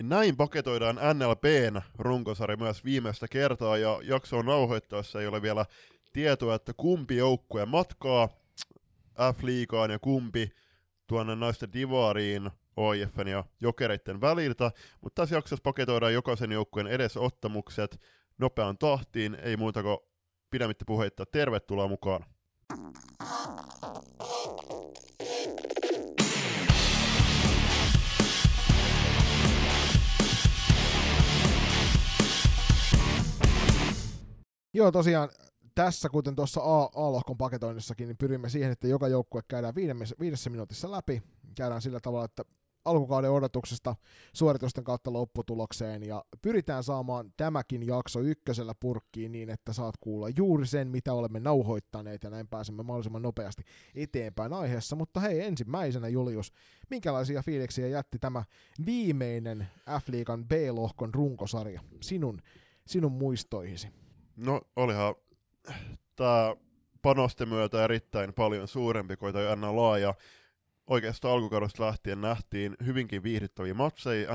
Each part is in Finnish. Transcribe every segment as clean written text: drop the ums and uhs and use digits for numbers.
Näin paketoidaan NLP:n runkosarja myös viimeistä kertaa, ja jaksoon nauhoittaessa ei ole vielä tietoa, että kumpi joukkue matkaa F-liigaan ja kumpi tuonne naisten divariin OIF:n ja Jokereiden väliltä, mutta tässä jaksossa paketoidaan jokaisen joukkueen edesottamukset nopeaan tahtiin, ei muuta kuin pidemmittä puheitta, tervetuloa mukaan! Joo, tosiaan tässä, kuten tuossa A-lohkon paketoinnissakin, niin pyrimme siihen, että joka joukkue käydään 5 minuutissa läpi. Käydään sillä tavalla, että alkukauden odotuksesta suoritusten kautta lopputulokseen, ja pyritään saamaan tämäkin jakso ykkösellä purkkiin niin, että saat kuulla juuri sen, mitä olemme nauhoittaneet, ja näin pääsemme mahdollisimman nopeasti eteenpäin aiheessa. Mutta hei, ensimmäisenä Julius, minkälaisia fiiliksiä jätti tämä viimeinen F-liigan B-lohkon runkosarja sinun muistoihisi? No, olihan tämä panosten myötä erittäin paljon suurempi kuin toi NLA, ja oikeastaan alkukaudesta lähtien nähtiin hyvinkin viihdyttäviä matseja.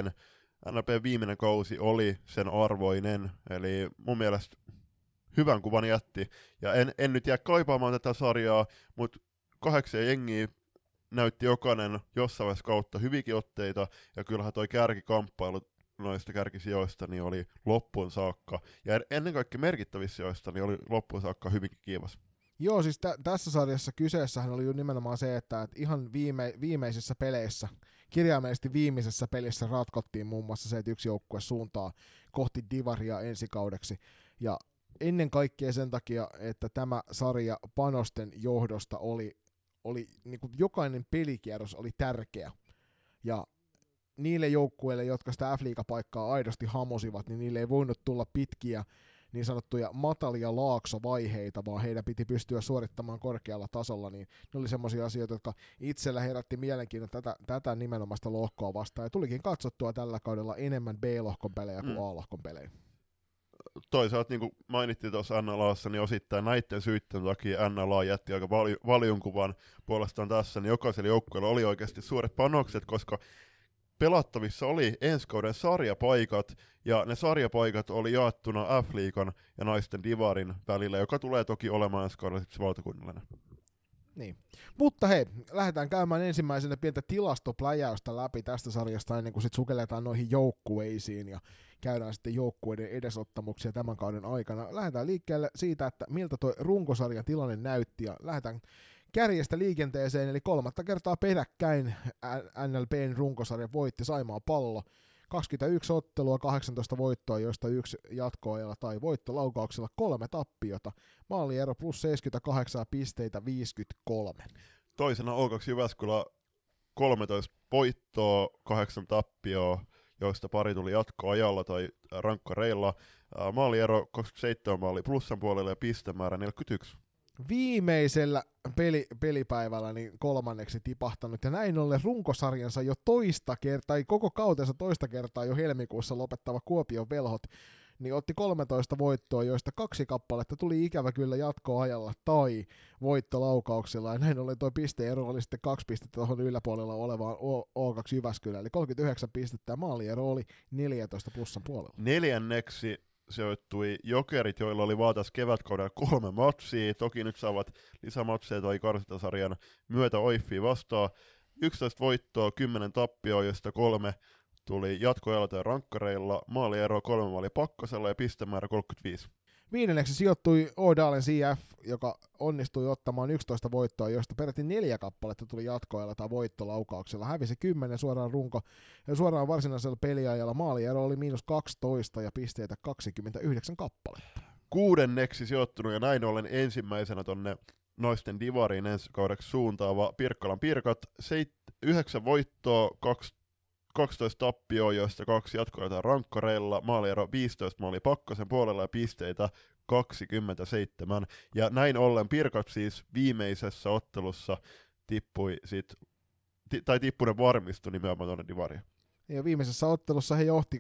NLPn viimeinen kausi oli sen arvoinen, eli mun mielestä hyvän kuvan jätti. Ja en nyt jää kaipaamaan tätä sarjaa, mutta 8 jengiä näytti jokainen jossain vaiheessa kautta hyvinkin otteita, ja kyllähän toi kärkikamppailu noista kärkisijoista niin oli loppuun saakka, ja ennen kaikkea merkittävissä sijoista niin oli loppuun saakka hyvinkin kiivas. Joo, siis tässä sarjassa kyseessähän oli nimenomaan se, että ihan viimeisissä peleissä, kirjaimellisesti viimeisessä pelissä ratkottiin muun muassa se, että yksi joukkue suuntaa kohti divaria ensi kaudeksi, ja ennen kaikkea sen takia, että tämä sarja panosten johdosta oli niin kuin jokainen pelikierros oli tärkeä, ja niille joukkueille, jotka sitä F-liigapaikkaa aidosti hamosivat, niin niille ei voinut tulla pitkiä niin sanottuja matalia laaksovaiheita, vaan heidän piti pystyä suorittamaan korkealla tasolla, niin ne oli semmoisia asioita, jotka itsellä herätti mielenkiinnon tätä nimenomaista lohkoa vastaan, ja tulikin katsottua tällä kaudella enemmän B-lohkon pelejä kuin A-lohkon pelejä. Toisaalta, niin kuin mainittiin tuossa NLAssa, niin osittain näiden syitten takia NLA jätti aika valjunkuvan puolestaan tässä, niin jokaisella joukkueella oli oikeasti suuret panokset, koska pelattavissa oli ensi kauden sarjapaikat, ja ne sarjapaikat oli jaettuna F-liigan ja naisten divarin välillä, joka tulee toki olemaan ensi kaudella sitten valtakunnallinen. Niin. Mutta hei, lähdetään käymään ensimmäisenä pientä tilastopläjäystä läpi tästä sarjasta ennen kuin sitten sukelletaan noihin joukkueisiin ja käydään sitten joukkueiden edesottamuksia tämän kauden aikana. Lähdetään liikkeelle siitä, että miltä tuo runkosarjan tilanne näytti, ja lähdetään kärjestä liikenteeseen, eli 3. kertaa peräkkäin NLPn runkosarja voitti Saimaan Pallo. 21 ottelua, 18 voittoa, joista 1 jatkoajalla tai voittolaukauksella 3 tappiota. Maaliero plus 78 pisteitä 53. Toisena O2 Jyväskylä 13 voittoa, 8 tappioa, joista pari tuli jatkoajalla tai rankkareilla. Maaliero 27 maali plussan puolella ja pistemäärä 41. Viimeisellä pelipäivällä niin 3. tipahtanut, ja näin ollen runkosarjansa jo toista kertaa, tai koko kautensa toista kertaa jo helmikuussa lopettava Kuopion Velhot, niin otti 13 voittoa, joista 2 kappaletta tuli ikävä kyllä jatkoajalla tai voittolaukauksilla, ja näin ollen tuo pisteero oli sitten 2 pistettä tuohon yläpuolella olevaan O2 Jyväskylä, eli 39 pistettä, ja maaliero oli 14 plussan puolella. 4. sijoittui Jokerit, joilla oli vaan tässä kevätkaudella 3 matsia. Toki nyt saavat lisämatseja tai karsintasarjan myötä OIFia vastaan. 11 voittoa, 10 tappioa, josta 3 tuli jatkoajalla tai rankkareilla. Maaliero 3 maali pakkasella ja pistemäärä 35. 5. sijoittui Ådalen CF, joka onnistui ottamaan 11 voittoa, joista peräti 4 kappaletta tuli jatkoajalla tai voittolaukauksella. Hävisi 10 suoraan varsinaisella peliajalla. Maaliero oli -12 ja pisteitä 29 kappaletta. 6. sijoittunut ja näin ollen ensimmäisenä tonne naisten divariin ensi kaudeksi suuntaava Pirkkalan Pirkat. 9 voittoa, 12 tappioa, joista 2 jatkoajalla rankkareilla, maaliero 15 maali pakkasen puolella ja pisteitä 27. Ja näin ollen Pirkat siis viimeisessä ottelussa tippunen varmistui nimenomaan tuonne divariin. Ja viimeisessä ottelussa he johti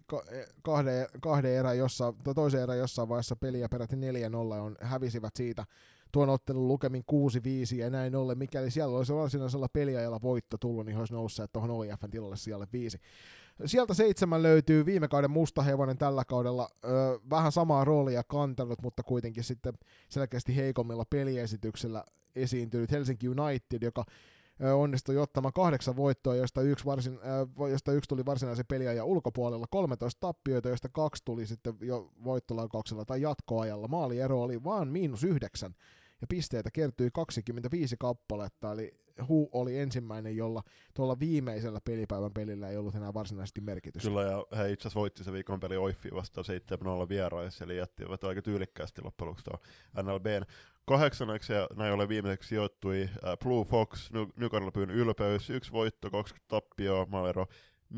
toisen erän jossain vaiheessa peliä peräti 4-0, hävisivät siitä tuon ottelun lukemin 6-5, ja näin ollen, mikäli siellä olisi varsinaisella peliajalla voitto tullut, niin he olisi nousseet tuohon OIF:n tilalle sijalle 5. Sieltä 7 löytyy viime kauden musta hevonen tällä kaudella, vähän samaa roolia kantanut, mutta kuitenkin sitten selkeästi heikommilla peliesityksillä esiintynyt Helsinki United, joka onnistui ottamaan 8 voittoa, josta yksi tuli varsinaisen peliajan ulkopuolella, 13 tappioita, joista 2 tuli sitten jo voittolaukauksella tai jatkoajalla. Maaliero oli vaan -9 ja pisteitä kertyi 25 kappaletta, eli Hu oli ensimmäinen, jolla tuolla viimeisellä pelipäivän pelillä ei ollut enää varsinaisesti merkitystä. Kyllä, ja he itse asiassa voitti se viikon peli Oiffiin vastaan 7-0 vieraissa, eli jättivät aika tyylikkäästi loppujen lopuksi NLBn 8. ja näin ollen viimeiseksi sijoittui Blue Fox, Nykarlapyyn ylpeys, 1 voitto, 20 tappioa, maaliero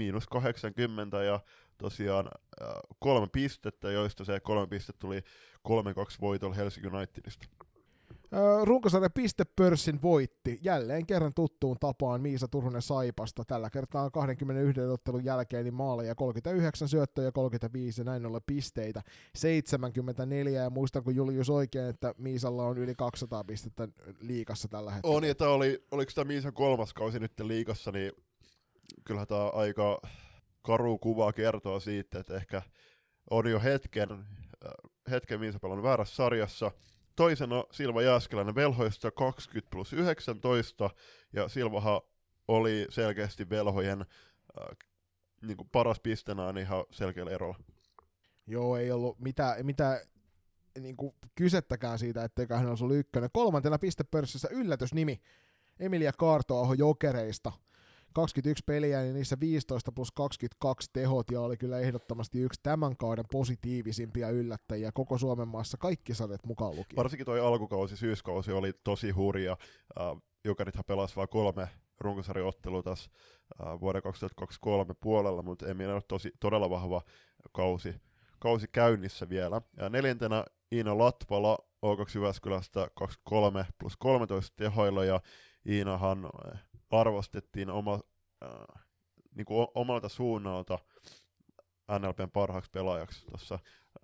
-80 ja tosiaan 3 pistettä, joista se 3 pistettä tuli 3-2 voitolla Helsinki Unitedista. Runkosarjan pistepörssin voitti jälleen kerran tuttuun tapaan Miisa Turunen Saipasta. Tällä kertaa 21 ottelun jälkeen niin maaleja 39, syöttöjä 35 ja näin ollen pisteitä 74. Ja muistan, kun Julius oikein, että Miisalla on yli 200 pistettä liigassa tällä hetkellä. On, ja oliko tämä Miisan 3. kausi nyt liigassa, niin kyllähän tämä aika karu kuva kertoo siitä, että ehkä on jo hetken Miisa pelannut väärässä sarjassa. Toisena Silva Jääskeläinen velhoista 20+19, ja Silvahan oli selkeästi velhojen niin kuin paras pistenään ihan selkeällä erolla. Joo, ei ollut mitään niin kuin kysettäkään siitä, etteikö hän olisi ollut ykkönen. 3. pistepörssissä yllätysnimi Emilia Kaartoaho Jokereista. 21 peliä, niin niissä 15+22 tehot, ja oli kyllä ehdottomasti yksi tämän kauden positiivisimpia yllättäjiä koko Suomen maassa, kaikki sarjat mukaan lukien. Varsinkin toi alkukausi, syyskausi oli tosi hurja. Jokerithan pelasi vain 3 runkosarjaottelua tässä vuoden 2023 puolella, mutta Emil on todella vahva kausi käynnissä vielä. Ja 4. Iina Latvala O2 Jyväskylästä 23+13 tehoilla, ja Iinahan arvostettiin omalta suunnalta NLPn parhaaksi pelaajaksi tuossa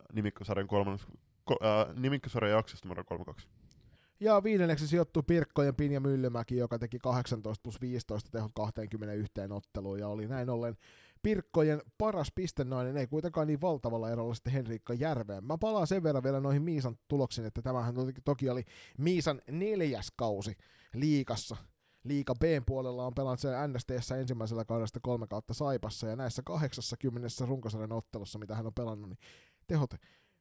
nimikkosarjan jaksosta numero 32. Ja 5. sijoittui Pirkkojen Pinja Myllymäki, joka teki 18+15 tehot 21 otteluun, ja oli näin ollen Pirkkojen paras pistennainen, ei kuitenkaan niin valtavalla erolla sitten Henriikka Järveen. Mä palaan sen verran vielä noihin Miisan tuloksiin, että tämähän toki oli Miisan 4. kausi liigassa. Liiga B:n puolella on pelannut sen NST:ssä ensimmäisellä kaudesta 3 kautta Saipassa, ja näissä 80 runkosarjan ottelussa, mitä hän on pelannut, niin tehot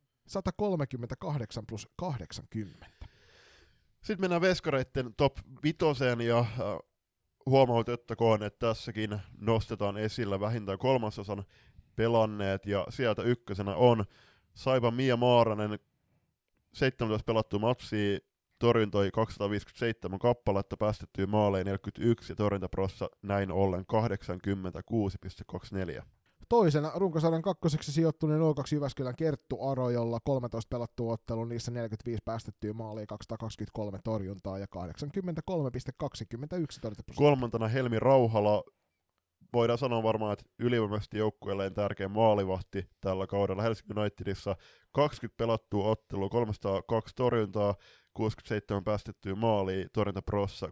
138+80. Sitten mennään veskareitten top 5, ja huomautettakoon, että tässäkin nostetaan esillä vähintään 3/3 pelanneet, ja sieltä 1. on Saipan Mia Maaranen, 17 pelattua matsia, torjuntoi 257 kappaletta, päästettyä maaleja 41 ja torjuntaprossa näin ollen 86,24. Toisena runkosarjan 2. sijoittuneen O2 Jyväskylän Kerttu Aro, jolla 13 pelattua ottelua, niissä 45 päästettyä maalia, 223 torjuntaa ja 83,21 torjuntaprosenttia. 3. Helmi Rauhala, voidaan sanoa varmaan, että ylivoimaisesti joukkueelleen tärkeä maalivahti tällä kaudella Helsinki Unitedissa. 20 pelattua ottelua, 302 torjuntaa, 67 päästettyä maalia, torjuntaprossa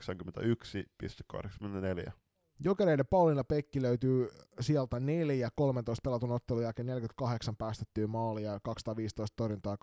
81,84. Jokereiden Pauliina Pekki löytyy sieltä 4, 13 pelatun ottelun jälkeen 48 päästettyä maalia ja 215 torjuntaa,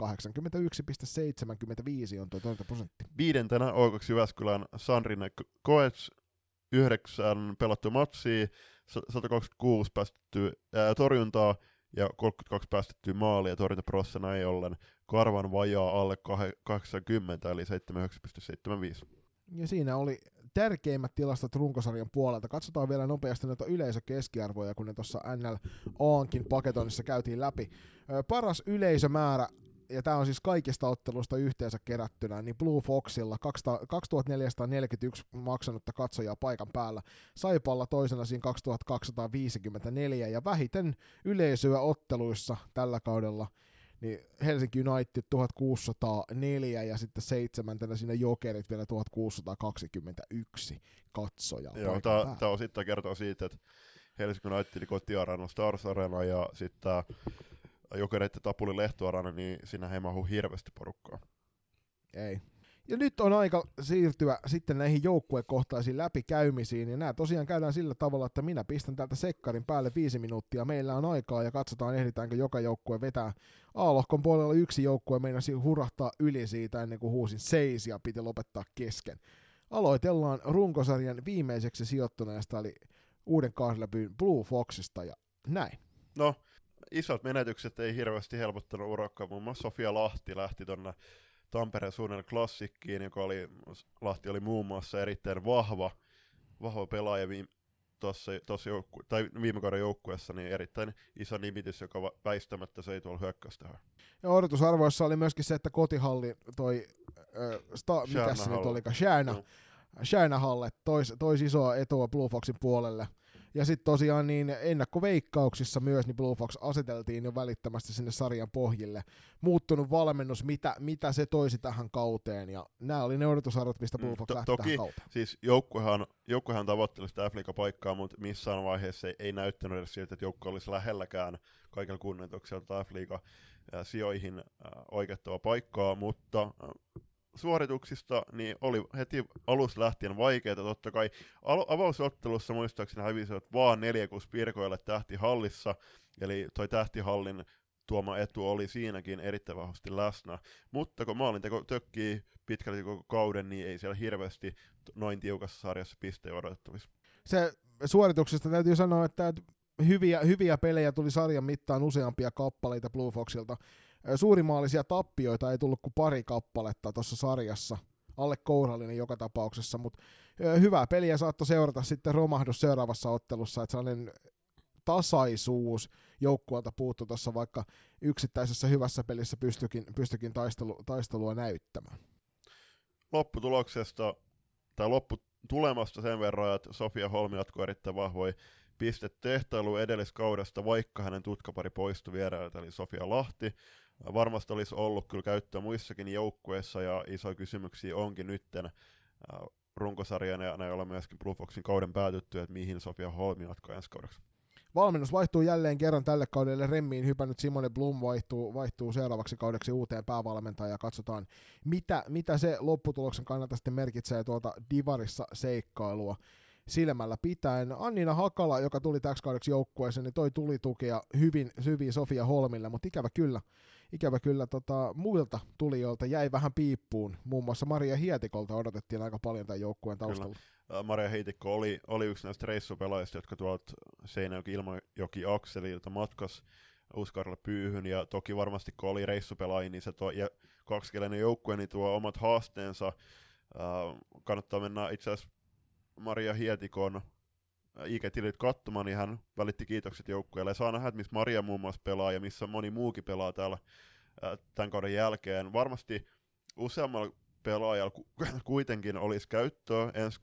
81,75 on tuo torjuntaprosentti. 5. O2 Jyväskylän Sandrine Koets, 9 pelattua matsia, 126 päästettyä torjuntaa ja 32 päästettyä maalia, ja torjuntaprossa näin ollen karvan vajaa alle 80 eli 79,75. Ja siinä oli tärkeimmät tilastot runkosarjan puolelta. Katsotaan vielä nopeasti noita yleisökeskiarvoja, kun ne tuossa NL-aankin paketoinnissa käytiin läpi. Paras yleisömäärä, ja tämä on siis kaikista otteluista yhteensä kerättynä, niin Blue Foxilla 2441 maksanutta katsojaa paikan päällä. Saipalla toisena siinä 2254, ja vähiten yleisöä otteluissa tällä kaudella niin Helsinki United 1604 ja sitten 7. siinä Jokerit vielä 1621 katsojaa. Joo, tämä osittain kertoo siitä, että Helsinki Unitedin kotiarena on Stars Arena ja sitten Jokereiden Tapuli Lehtoarena, niin siinä ei mahu hirveästi porukkaa. Ei. Ja nyt on aika siirtyä sitten näihin joukkuekohtaisiin läpikäymisiin, ja nämä tosiaan käydään sillä tavalla, että minä pistän täältä sekkarin päälle 5 minuuttia, meillä on aikaa, ja katsotaan ehditäänkö joka joukkue vetää. A-lohkon puolella yksi joukkue meinasi hurahtaa yli siitä ennen kuin huusin seis ja piti lopettaa kesken. Aloitellaan runkosarjan viimeiseksi sijoittuneesta, eli uuden kaarlevyn Blue Foxista, ja näin. No, isot menetykset ei hirveästi helpottanut urakkaa, muun muassa Sofia Lahti lähti tuonne Tampereen suunnalla klassikkiin, Lahti oli muun muassa erittäin vahva pelaaja viime kauden joukkueessa, niin erittäin iso nimitys, joka väistämättä söi tuolla hyökkäystähän. Ja odotusarvoissa oli myöskin se, että kotihalli mikä se nyt olikaan, Shärnahalle toisi isoa etua Blue Foxin puolelle. Ja sitten tosiaan niin ennakkoveikkauksissa myös niin Blue Fox aseteltiin jo välittömästi sinne sarjan pohjille. Muuttunut valmennus, mitä se toisi tähän kauteen, ja nämä oli ne odotusarvot, mistä Blue Fox lähti tähän kauteen. Siis joukkuehan tavoitteli sitä F-liiga-paikkaa, mutta missään vaiheessa ei näyttänyt edes siltä, että joukkue olisi lähelläkään kaikilla kunnioituksella F-liiga-sijoihin oikeuttava paikkaa, mutta suorituksista niin oli heti alusta lähtien vaikeita. Totta kai avausottelussa muistaakseni hävisivät vaan 4-6 Pirkoille Tähtihallissa, eli toi Tähtihallin tuoma etu oli siinäkin erittäin vahvasti läsnä. Mutta kun maalinteko tökkii pitkälti koko kauden, niin ei siellä hirveästi noin tiukassa sarjassa pisteen odotettavissa. Se suorituksesta täytyy sanoa, että hyviä pelejä tuli sarjan mittaan useampia kappaleita Blue Foxilta. Suurimaalisia tappioita ei tullut kuin pari kappaletta tuossa sarjassa, alle kourallinen joka tapauksessa, mutta hyvää peliä saattoi seurata sitten romahdus seuraavassa ottelussa, että sellainen tasaisuus joukkueelta puuttu tuossa, vaikka yksittäisessä hyvässä pelissä pystyikin taistelua näyttämään. Lopputulemasta sen verran, että Sofia Holm jatkoi erittäin vahvoja pistetehtailu edelliskaudesta, vaikka hänen tutkapari poistui vierailta, eli Sofia Lahti. Varmasti olisi ollut kyllä käyttöä muissakin joukkueissa, ja isoja kysymyksiä onkin nytten runkosarjan ja näin ollen myöskin Blue Foxin kauden päätytty, että mihin Sofia Holm jatkoi ensi kaudeksi. Valmennus vaihtuu jälleen kerran tälle kaudelle. Remmiin hypännyt Simone Blum vaihtuu seuraavaksi kaudeksi uuteen päävalmentajaan, ja katsotaan, mitä se lopputuloksen kannalta sitten merkitsee tuolta Divarissa seikkailua silmällä pitäen. Annina Hakala, joka tuli täksi kaudeksi joukkueeseen, niin toi tuli tukea hyvin Sofia Holmille, mutta ikävä kyllä muilta tulijoilta jäi vähän piippuun. Muun muassa Maria Hietikolta odotettiin aika paljon tämän joukkueen taustalla. Kyllä. Maria Hietikko oli yksi näistä reissupelaajista, jotka tuolta Seinäjoki-Ilmajoki-akselilta matkas Uuskarille Pyyhyn, ja toki varmasti kun oli reissupelaaja, niin se ja kaksikielinen joukkue niin tuo omat haasteensa. Kannattaa mennä itse asiassa Maria Hietikon IG-tilit katsomaan, niin hän välitti kiitokset joukkueelle. Ja saa nähdä, että missä Maria muun muassa pelaa ja missä moni muukin pelaa täällä tämän kauden jälkeen. Varmasti useammalla pelaajalla kuitenkin olisi käyttöä ensi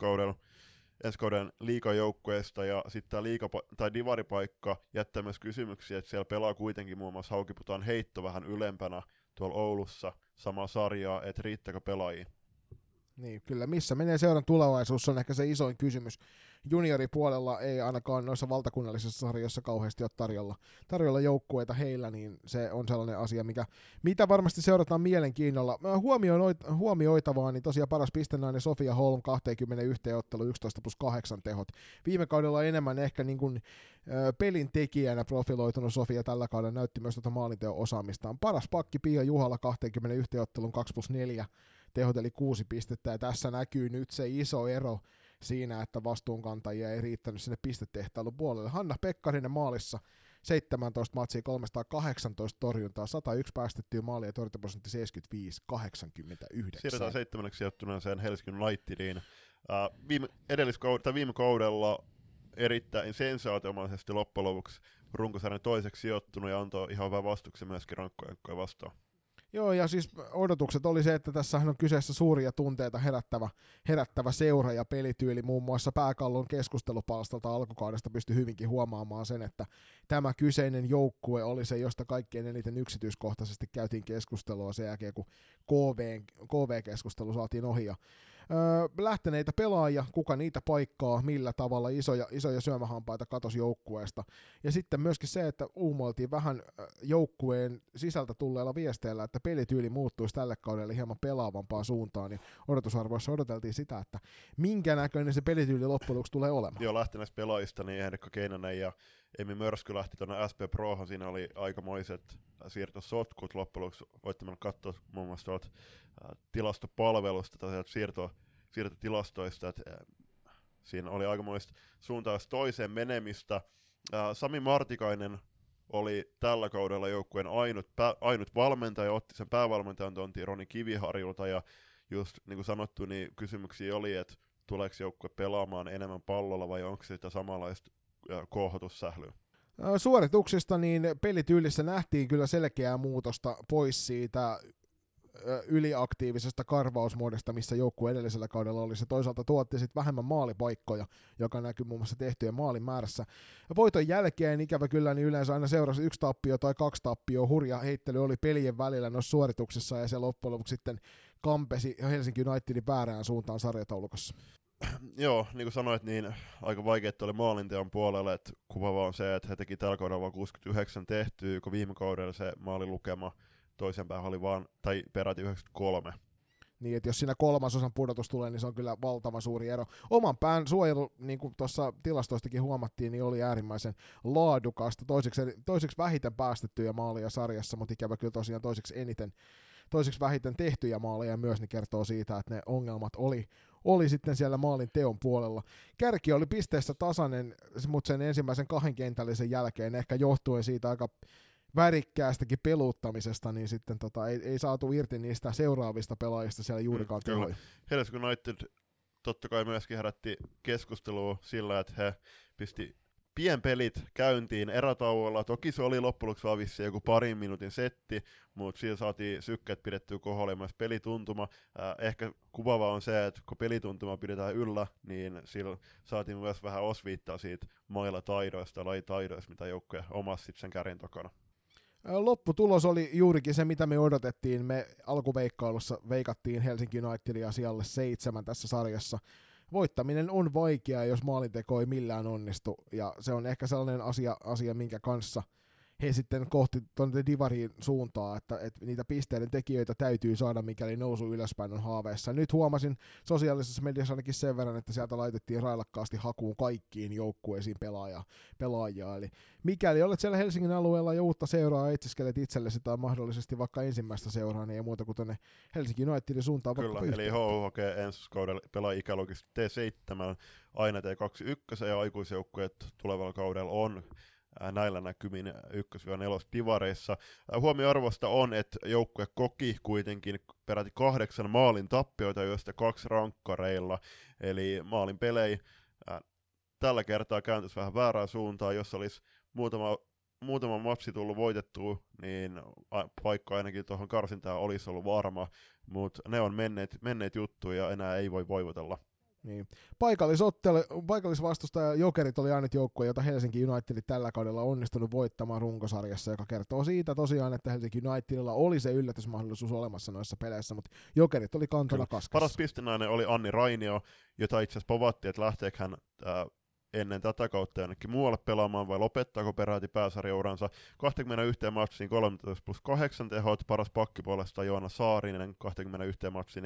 kauden liigajoukkueesta, ja sitten tämä divaripaikka jättää myös kysymyksiä, että siellä pelaa kuitenkin muun muassa Haukiputaan Heitto vähän ylempänä tuolla Oulussa samaa sarjaa, että riittääkö pelaajia. Niin, kyllä missä menee seuran tulevaisuus on ehkä se isoin kysymys. Junioripuolella ei ainakaan noissa valtakunnallisissa sarjoissa kauheasti ole tarjolla joukkueita heillä, niin se on sellainen asia, mitä varmasti seurataan mielenkiinnolla. Huomioitavaa, niin tosiaan paras pistenainen Sofia Holm 21 ottelu 11+8 tehot. Viime kaudella enemmän ehkä niin kuin pelin tekijänä profiloitunut Sofia tällä kaudella näytti myös maalinteon osaamistaan. Paras pakki Pia Juhala 21 ottelun 2+4 tehot eli 6 pistettä, ja tässä näkyy nyt se iso ero siinä, että vastuunkantajia ei riittänyt sinne pistetehtailun puolelle. Hanna Pekkarinen maalissa 17 matsia, 318 torjuntaa, 101 päästettyä maalia ja torjuntaprosentti 75-89. Siirrytään 7. sijoittuneeseen Helsingin Unitediin. Viime kaudella erittäin sensaatiomaisesti loppujen lopuksi runkosarjan toiseksi sijoittunut ja antoi ihan hyvän vastuksen myöskin rankkoja vastaan. Joo, ja siis odotukset oli se, että tässä on kyseessä suuria tunteita herättävä seura ja pelityyli. Muun muassa Pääkallon keskustelupalstalta alkukaudesta pystyi hyvinkin huomaamaan sen, että tämä kyseinen joukkue oli se, josta kaikkein eniten yksityiskohtaisesti käytiin keskustelua sen jälkeen, kun KV-keskustelu saatiin ohi. Ja lähteneitä pelaajia, kuka niitä paikkaa, millä tavalla, isoja syömähampaita katosi joukkueesta. Ja sitten myöskin se, että uumoiltiin vähän joukkueen sisältä tulleilla viesteillä, että pelityyli muuttuisi tälle kaudelle hieman pelaavampaan suuntaan, niin odotusarvoissa odoteltiin sitä, että minkä näköinen se pelityyli loppujen lopuksi tulee olemaan. Joo, lähteneistä pelaajista, niin Henrikka Keinonen ja Emi Mörsky lähti tuonne SP Prohan, siinä oli aikamoiset siirtosotkut loppujen lopuksi, voitte mennä katsoa muun muassa tuolta tilastopalvelusta tai siirtotilastoista, että siinä oli aikamoista suuntaus toiseen menemistä. Sami Martikainen oli tällä kaudella joukkueen ainut valmentaja, otti sen päävalmentajan tontin Roni Kiviharjulta, ja just niin kuin sanottu, niin kysymyksiä oli, että tuleeko joukkue pelaamaan enemmän pallolla vai onko se sitä samanlaista koohotussählyä? Suorituksista niin pelityylissä nähtiin kyllä selkeää muutosta pois siitä yliaktiivisesta karvausmuodosta, missä joukkue edellisellä kaudella oli. Se toisaalta tuotti sitten vähemmän maalipaikkoja, joka näkyy muun muassa tehtyjen maalin määrässä. Voiton jälkeen ikävä kyllä niin yleensä aina seurasi 1 tappio tai 2 tappioa. Hurja heittely oli pelien välillä noissa suorituksissa ja se loppujen lopuksi sitten kampesi Helsinki Unitedin väärään suuntaan sarjataulukossa. Joo, niin kuin sanoit, niin aika vaikeaa oli maalinteon puolella, että kuvaava on se, että he teki tällä kaudella vain 69 tehtyä, kun viime kaudella se maalilukema toisen päähän oli vaan, tai peräti 93. Niin, että jos siinä 1/3 pudotus tulee, niin se on kyllä valtava suuri ero. Oman pään suojelu, niin kuin tuossa tilastoistakin huomattiin, niin oli äärimmäisen laadukasta. Toiseksi vähiten päästettyjä maaleja sarjassa, mutta ikävä kyllä tosiaan toiseksi vähiten tehtyjä maaleja myös, niin kertoo siitä, että ne ongelmat oli sitten siellä maalin teon puolella. Kärki oli pisteessä tasainen, mutta sen ensimmäisen 2 kentällisen jälkeen, ehkä johtuen siitä aika värikkäästäkin peluuttamisesta, niin sitten ei saatu irti niistä seuraavista pelaajista siellä juurikaan tehoja. Helsinki United totta kai myöskin herätti keskustelua sillä, että he pisti pienpelit käyntiin erätauolla. Toki se oli loppujen lopuksi vissiin joku 2 minuutin setti, mutta siellä saatiin sykkeet pidettyä kohdalla myös pelituntuma. Ehkä kuvaava on se, että kun pelituntuma pidetään yllä, niin sillä saatiin myös vähän osviittaa siitä mailla taidoista, lajitaidoista, mitä joukkue omasi sen kärin takana. Lopputulos oli juurikin se, mitä me odotettiin. Me alkuveikkailussa veikattiin Helsinki Unitedia sijalle 7 tässä sarjassa. Voittaminen on vaikeaa, jos maalinteko ei millään onnistu, ja se on ehkä sellainen asia minkä kanssa he sitten kohti tuonne divariin suuntaa, että niitä pisteiden tekijöitä täytyy saada, mikäli nousu ylöspäin on haaveessa. Nyt huomasin sosiaalisessa mediassa ainakin sen verran, että sieltä laitettiin railakkaasti hakuun kaikkiin joukkueisiin pelaajia. Eli mikäli olet siellä Helsingin alueella ja uutta seuraa etsiskelet itsellesi tai mahdollisesti vaikka ensimmäistä seuraa, niin ei muuta kuin tuonne Helsinki Unitedin suuntaan. Kyllä, eli HU hakee ensi kaudella pelaajikäluokista T7, aina T21 ja aikuisjoukkueet tulevalla kaudella on näillä näkymin 1-4 divareissa. Huomioarvosta on, että joukkue koki kuitenkin peräti 8 maalin tappioita, joista 2 rankkareilla, eli maalin pelejä tällä kertaa kääntyisi vähän väärään suuntaan. Jos olisi muutama matsi tullut voitettua, niin paikka ainakin tuohon karsintaan olisi ollut varma, mutta ne on menneet juttuja ja enää ei voi voivotella. Niin. Paikallisvastustaja Jokerit oli ainut joukkue, jota Helsinki United tällä kaudella on onnistunut voittamaan runkosarjassa, joka kertoo siitä tosiaan, että Helsinki Unitedilla oli se yllätysmahdollisuus olemassa noissa peleissä, mutta Jokerit oli kantona kaskassa. Paras pistenainen oli Anni Rainio, jota itse asiassa povattiin, että lähteekö hän ennen tätä kautta jonnekin muualle pelaamaan vai lopettaako peräti pääsarjauransa. 21 matsiin 13+8 tehot, paras pakki puolesta Joona Saarinen 21 matsiin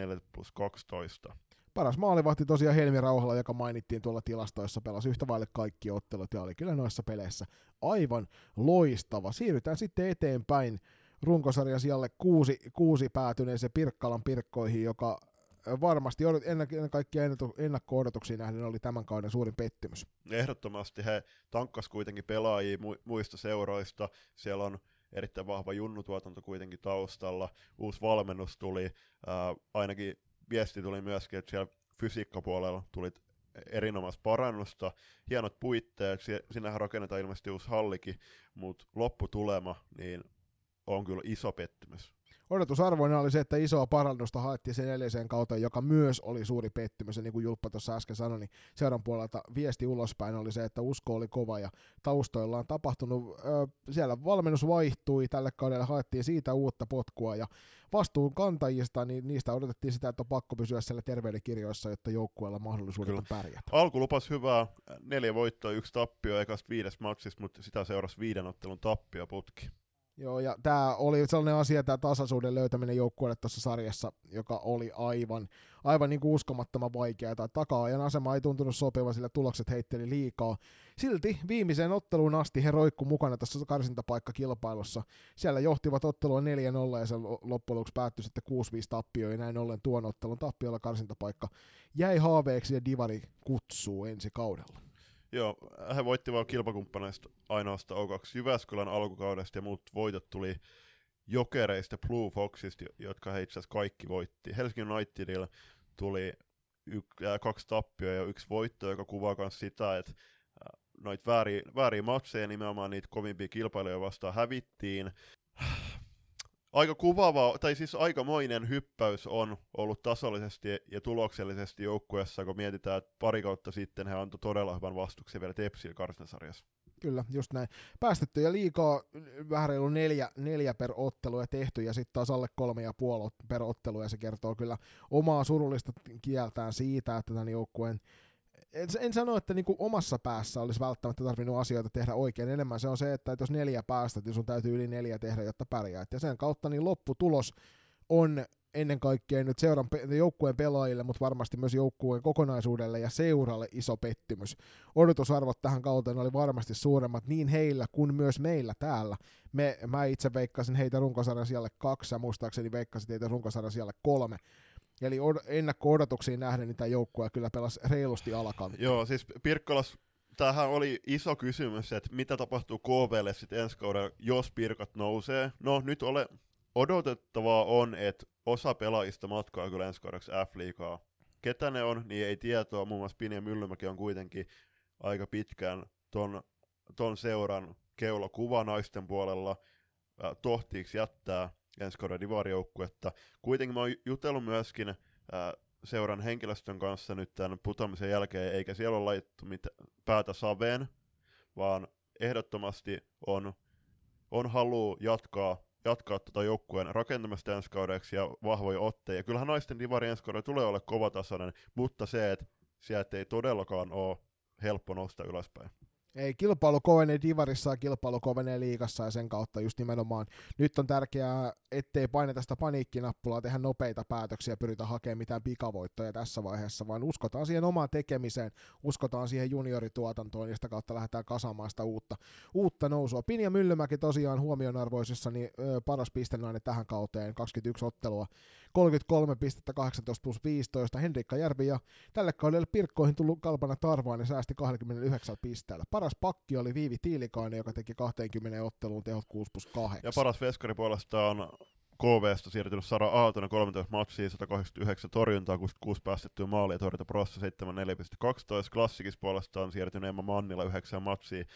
4+12. Paras maalivahti tosiaan Helmi Rauhala, joka mainittiin tuolla tilastoissa, pelasi yhtä vaille kaikki ottelut ja oli kyllä noissa peleissä aivan loistava. Siirrytään sitten eteenpäin runkosarjan sijalle 6 päätyneeseen Pirkkalan Pirkkoihin, joka varmasti ennen kaikkea ennakko-odotuksiin nähden oli tämän kauden suurin pettymys. Ehdottomasti he tankkas kuitenkin pelaajia muista seuroista. Siellä on erittäin vahva junnutuotanto kuitenkin taustalla. Uusi valmennus tuli, ainakin viesti tuli myöskin, että siellä fysiikkapuolella tuli erinomaista parannusta, hienot puitteet, sinähän rakennetaan ilmeisesti uusi hallikin, mutta lopputulema niin on kyllä iso pettymys. Odotusarvoina oli se, että isoa parannusta haettiin sen edelliseen kauteen, joka myös oli suuri pettymys. Ja niin kuin Julppa tuossa äsken sanoi, niin seuran puolelta viesti ulospäin oli se, että usko oli kova ja taustoilla on tapahtunut. Siellä valmennus vaihtui, tälle kaudelle haettiin siitä uutta potkua ja vastuun kantajista, niin niistä odotettiin sitä, että on pakko pysyä siellä terveydenkirjoissa, jotta joukkueella mahdollisuudet pärjätä. Alku lupasi hyvää, 4 voittoa, 1 tappio ekasta 5 matsista, mutta sitä seurasi 5 ottelun tappioputki. Joo, ja tämä oli sellainen asia, tämä tasaisuuden löytäminen joukkueelle tuossa sarjassa, joka oli aivan niin kuin uskomattoman vaikeaa. Taka-ajan asema ei tuntunut sopivan, sillä tulokset heitteli liikaa. Silti viimeiseen otteluun asti he roikku mukana tässä karsintapaikkakilpailussa. Siellä johtivat ottelua 4-0 ja se loppujen lopuksi päättyi sitten 6-5 tappioon ja näin ollen tuon ottelun tappiolla karsintapaikka jäi haaveeksi ja Divari kutsuu ensi kaudella. Joo, he voittivat kilpakumppaneista ainoastaan O2 Jyväskylän alkukaudesta ja muut voitot tuli Jokereista ja Blue Foxista, jotka he itse asiassa kaikki voitti. Helsingin Unitedilla tuli 2 tappioa ja 1 voitto, joka kuvaa myös sitä, että noita vääriä matseja, nimenomaan niitä kovimpia kilpailijoita vastaan hävittiin. Aika kuvaava, tai siis aikamoinen hyppäys on ollut tasollisesti ja tuloksellisesti joukkueessa, kun mietitään, että pari kautta sitten he antoi todella hyvän vastuksen vielä Tepsillä karsintasarjassa. Kyllä, just näin. Päästetty ja liikaa vähän reilu 4 per ottelu ja tehty, ja sitten taas alle 3,5 per ottelu, ja se kertoo kyllä omaa surullista kieltään siitä, että tämän joukkueen en sano, että niinku omassa päässä olisi välttämättä tarvinnut asioita tehdä oikein. Enemmän se on se, että jos 4 päästät, niin sun täytyy yli 4 tehdä, jotta pärjäät. Ja sen kautta niin lopputulos on ennen kaikkea nyt seuran joukkueen pelaajille, mutta varmasti myös joukkueen kokonaisuudelle ja seuralle iso pettymys. Odotusarvot tähän kauteen oli varmasti suuremmat niin heillä kuin myös meillä täällä. Mä itse veikkasin heitä runkosarjan sijalle 2 ja muistaakseni veikkasin heitä runkosarjan sijalle 3. Eli ennakko-odotuksiin nähden niin tämä joukkue kyllä pelasi reilusti alakanttiin. Joo, siis Pirkkalas, tämähän oli iso kysymys, että mitä tapahtuu KVlle sitten ensi kaudella, jos Pirkat nousee. No nyt odotettavaa on, että osa pelaajista matkaa kyllä ensi kaudeksi F-liigaa. Ketä ne on, niin ei tietoa. Muun muassa Pini ja Myllymäki on kuitenkin aika pitkään ton seuran keulakuva naisten puolella. Tohtiiksi jättää ensi kauden divarijoukkuetta. Kuitenkin mä oon jutellut myöskin seuran henkilöstön kanssa nyt tämän putoamisen jälkeen, eikä siellä ole laitettu päätä saveen, vaan ehdottomasti on halu jatkaa joukkueen rakentamista ensi kaudeksi ja vahvoja otteja. Kyllähän naisten divari ensi kaudella tulee olla kovatasoinen, mutta se, että sieltä ei todellakaan ole helppo nostaa ylöspäin. Ei, kilpailu kovenee divarissa ja kilpailu kovenee liigassa ja sen kautta just nimenomaan nyt on tärkeää, ettei paineta sitä paniikkinappulaa, tehdä nopeita päätöksiä ja pyritä hakemaan mitään pikavoittoja tässä vaiheessa, vaan uskotaan siihen omaan tekemiseen, uskotaan siihen juniorituotantoon ja sitä kautta lähdetään kasaamaan sitä uutta nousua. Pinja Myllymäki tosiaan huomionarvoisessa niin paras pistenainen tähän kauteen, 21 ottelua, 33 pistettä 18 plus 15, Henrikka Järvi ja tälle kaudelle Pirkkoihin tullut Kalpana Tarvainen säästi 29 pisteellä. Paras pakki oli Viivi Tiilikainen, joka teki 20 otteluun tehot 6 plus 8. Ja paras veskari puolestaan KV:sta siirtynyt Sara Aaltonen, 13 matsia, 189 torjuntaa, 66 päästettyä maalia, torjunta prossa 74,12. Klassikissa puolestaan siirtynyt Emma Mannila 9 matsia,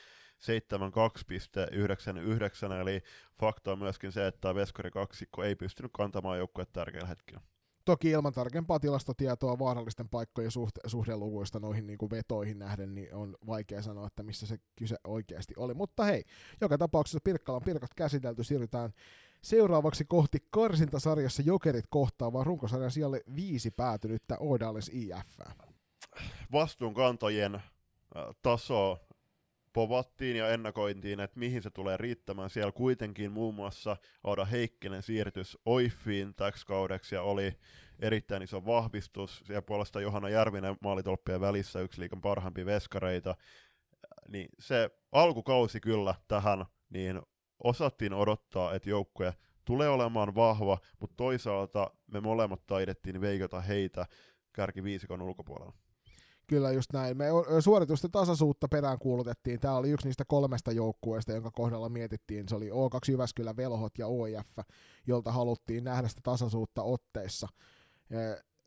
72,99, eli fakta on myöskin se, että veskarikaksikko ei pystynyt kantamaan joukkuetta tärkeällä hetkellä. Toki ilman tarkempaa tilastotietoa vaarallisten paikkojen suhdeluvuista noihin niin kuin vetoihin nähden, niin on vaikea sanoa, että missä se kyse oikeasti oli. Mutta hei, joka tapauksessa Pirkkalan Pirkat käsitelty, siirrytään seuraavaksi kohti karsintasarjassa Jokerit kohtaavaa runkosarjan sijalle 5 päätynyttä Oodales IF. Vastuunkantajien taso povattiin ja ennakointiin, että mihin se tulee riittämään. Siellä kuitenkin muun muassa Oda Heikkinen siirtys OIFiin täksi kaudeksi ja oli erittäin iso vahvistus. Siellä puolesta Johanna Järvinen maalitolppien välissä, yksi liigan parhaimpia veskareita. Niin se alkukausi kyllä tähän, niin osattiin odottaa, että joukkue tulee olemaan vahva, mutta toisaalta me molemmat taidettiin veikata heitä kärkiviisikon ulkopuolella. Kyllä just näin. Me suoritusten tasaisuutta perään kuulutettiin. Tämä oli yksi niistä 3 joukkueista, jonka kohdalla mietittiin. Se oli O2 Jyväskylä, Velhot ja OIF, jolta haluttiin nähdä sitä tasaisuutta otteissa.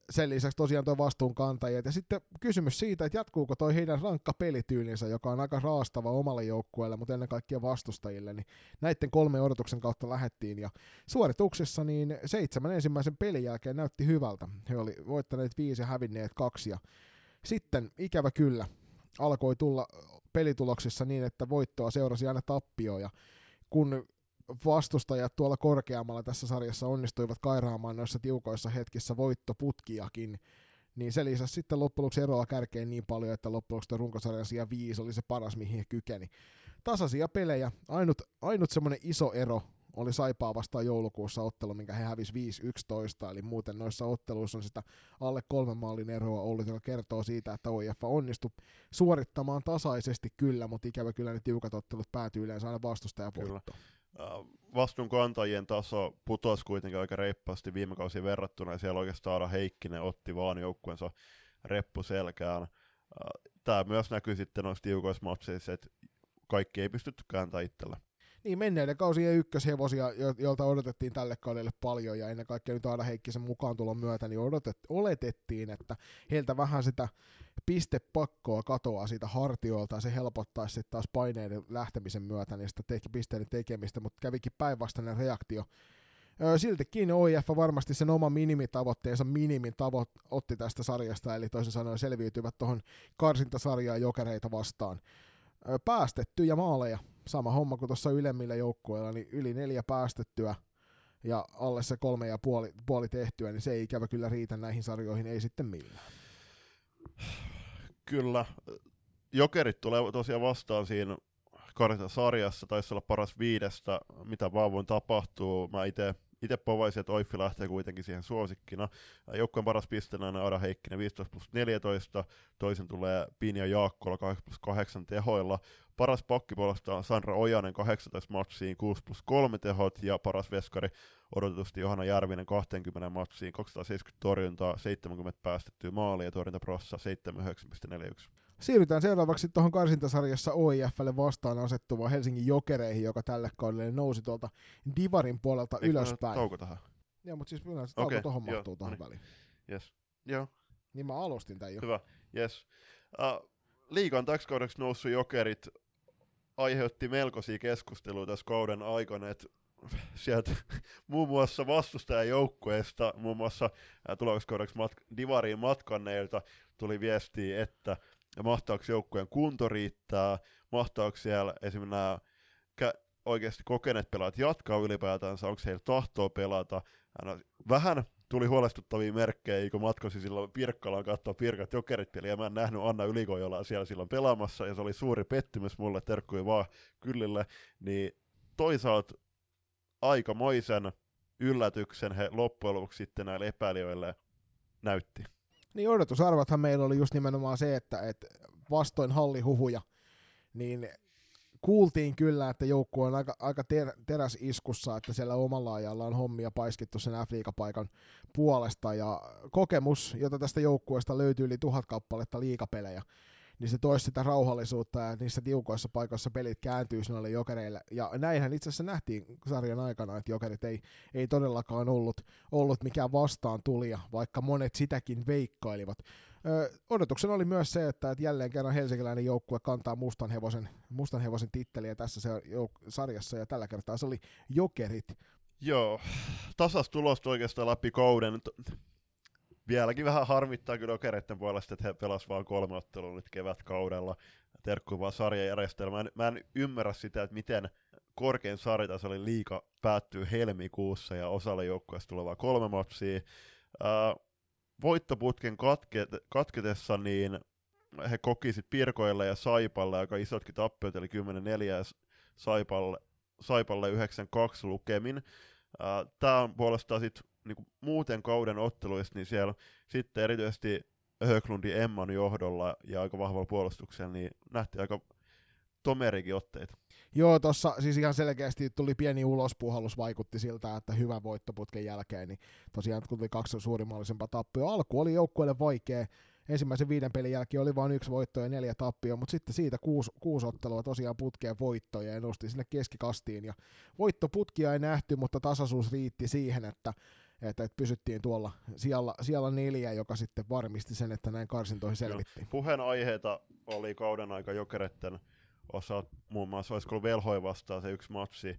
sen lisäksi tosiaan tuo vastuunkantajat. Ja sitten kysymys siitä, että jatkuuko toi heidän rankka pelityylinsä, joka on aika raastava omalle joukkueelle, mutta ennen kaikkea vastustajille. Niin näiden 3 odotuksen kautta lähettiin. Ja suorituksessa niin 7 ensimmäisen pelin jälkeen näytti hyvältä. He oli voittaneet 5 ja hävinneet 2. Ja sitten ikävä kyllä alkoi tulla pelituloksissa niin, että voittoa seurasi aina tappio. Ja kun vastustajat tuolla korkeammalla tässä sarjassa onnistuivat kairaamaan noissa tiukoissa hetkissä voittoputkiakin, niin se lisäsi sitten loppujen lopuksi eroa kärkeen niin paljon, että loppujen lopuksi runkosarjan sija 5 oli se paras, mihin he kykeni. Tasaisia pelejä, ainut semmoinen iso ero oli Saipaa vastaan joulukuussa ottelu, minkä he hävisi 5-11, eli muuten noissa otteluissa on sitä alle 3 maalin eroa ollut, joka kertoo siitä, että OIF onnistui suorittamaan tasaisesti kyllä, mutta ikävä kyllä ne tiukat ottelut päätyy yleensä aina vastustajavoittoon. Vastuunkantajien taso putosi kuitenkin aika reippaasti viime kausiin verrattuna, ja siellä oikeastaan Aada Heikkinen otti vaan joukkueensa reppuselkään. Tämä myös näkyy sitten noissa tiukoissa matseissa, että kaikki ei pystytty kääntämään itsellä. Niin, menneiden kausien ykköshevosia, joilta odotettiin tälle kaudelle paljon, ja ennen kaikkea nyt Aada Heikkisen mukaantulon myötä, niin oletettiin, että heiltä vähän sitä pistepakkoa katoaa siitä hartioilta, ja se helpottaisi sitten taas paineiden lähtemisen myötä niin sitä pisteiden tekemistä, mutta kävikin päinvastainen reaktio. Siltikin OIF varmasti sen oman minimitavoitteensa otti tästä sarjasta, eli toisin sanoen selviytyvät tuohon karsintasarjaan Jokereita vastaan. Päästettyjä maaleja, sama homma kuin tuossa ylemmillä joukkueilla, niin yli 4 päästettyä ja alle se 3,5 tehtyä, niin se ei ikävä kyllä riitä näihin sarjoihin, ei sitten millään. Kyllä, Jokerit tulee tosiaan vastaan siinä karsintasarjassa, taisi olla paras 5, mitä vaan voi tapahtua. Mä itse povaisin, että OIF lähtee kuitenkin siihen suosikkina. Joukkueen paras pistenäinen Aada Heikkinen 15+14, toisen tulee Pinja Jaakkola 8+8 tehoilla. Paras pakki puolestaan Sandra Ojanen 18 matsiin 6+3 tehot, ja paras veskari odotetusti Johanna Järvinen 20 matsiin 270 torjuntaa, 70 päästettyä maalia ja torjuntaprossa 79,41. Siirrytään seuraavaksi tuohon karsintasarjassa OIF:lle vastaan asettuvaan Helsingin Jokereihin, joka tälle kaudelle nousi tuolta Divarin puolelta ylöspäin. Tauko tähän? Joo, mutta siis yleensä tauko tuohon mahtuu tuohon väliin. Yes. Joo. Niin mä alustin tän jo. Hyvä, yes. Liigan täksi kaudeksi noussut Jokerit aiheutti melkoisia keskusteluja tässä kauden aikana, että sieltä muun muassa vastustajajoukkueesta, muun muassa tulokaudeksi Divariin matkanneilta tuli viestiä, että mahtaako joukkueen kunto riittää, mahtaako siellä esimerkiksi nämä oikeasti kokeneet pelaat jatkaa ylipäätänsä, onko heillä tahtoa pelata. Vähän tuli huolestuttavia merkkejä, kun matkosin silloin Pirkkalaan katsoa Pirkat Jokerit peliä, ja mä en nähnyt Anna Ylikojolaa siellä silloin pelaamassa, ja se oli suuri pettymys mulle, terkkuja vaan Kyllille, niin toisaalta aikamoisen yllätyksen he loppujen lopuksi sitten näille epäilijöille näytti. Niin odotusarvathan meillä oli just nimenomaan se, että vastoin hallihuhuja, niin kuultiin kyllä, että joukkue on aika teräsiskussa, että siellä omalla ajalla on hommia paiskittu sen F-liigapaikan puolesta, ja kokemus, jota tästä joukkueesta löytyy yli 1000 kappaletta liigapelejä, niin se toisi sitä rauhallisuutta, ja niissä tiukoissa paikoissa pelit kääntyy noille Jokereille, ja näinhän itse asiassa nähtiin sarjan aikana, että Jokerit ei todellakaan ollut mikään vastaan tulija, vaikka monet sitäkin veikkailivat. Odotuksena oli myös se, että jälleen kerran helsinkiläinen joukkue kantaa mustan hevosen titteliä tässä sarjassa, ja tällä kertaa se oli Jokerit. Joo, tasas tulosta oikeastaan läpi kauden. Vieläkin vähän harmittaa kyllä Jokereiden puolesta, että he pelasivat vain 3 ottelua nyt kevätkaudella. Terkkuu vaan sarjajärjestelmä. Mä en ymmärrä sitä, että miten korkein sarjataso liiga päättyy helmikuussa ja osalle joukkueesta tulee vain 3 matsia. Voittoputken katketessa niin he koki sit Pirkoille ja Saipalle aika isotkin tappiot, eli 10-4 ja Saipalle 9-2 lukemin. Tämä on puolestaan sitten niinku muuten kauden otteluista, niin siellä sitten erityisesti Höglundin Emman johdolla ja aika vahvalla puolustuksella, niin nähtiin aika tomerikin otteita. Joo, tossa siis ihan selkeästi tuli pieni ulospuhallus, vaikutti siltä, että hyvän voittoputken jälkeen, niin tosiaan tuli 2 suurimmallisempaa tappioa. Alku oli joukkueelle vaikea, ensimmäisen 5 pelin jälkeen oli vain 1 voitto ja 4 tappioa, mutta sitten siitä 6 ottelua tosiaan putkeen voittoja ja nosti sinne keskikastiin, ja voittoputkia ei nähty, mutta tasaisuus riitti siihen, että että pysyttiin tuolla siellä 4, joka sitten varmisti sen, että näin karsintoihin selvittiin. Puheenaiheita oli kauden aika Jokereiden osa, muun muassa olisiko ollut Velhoi vastaan se yksi matsi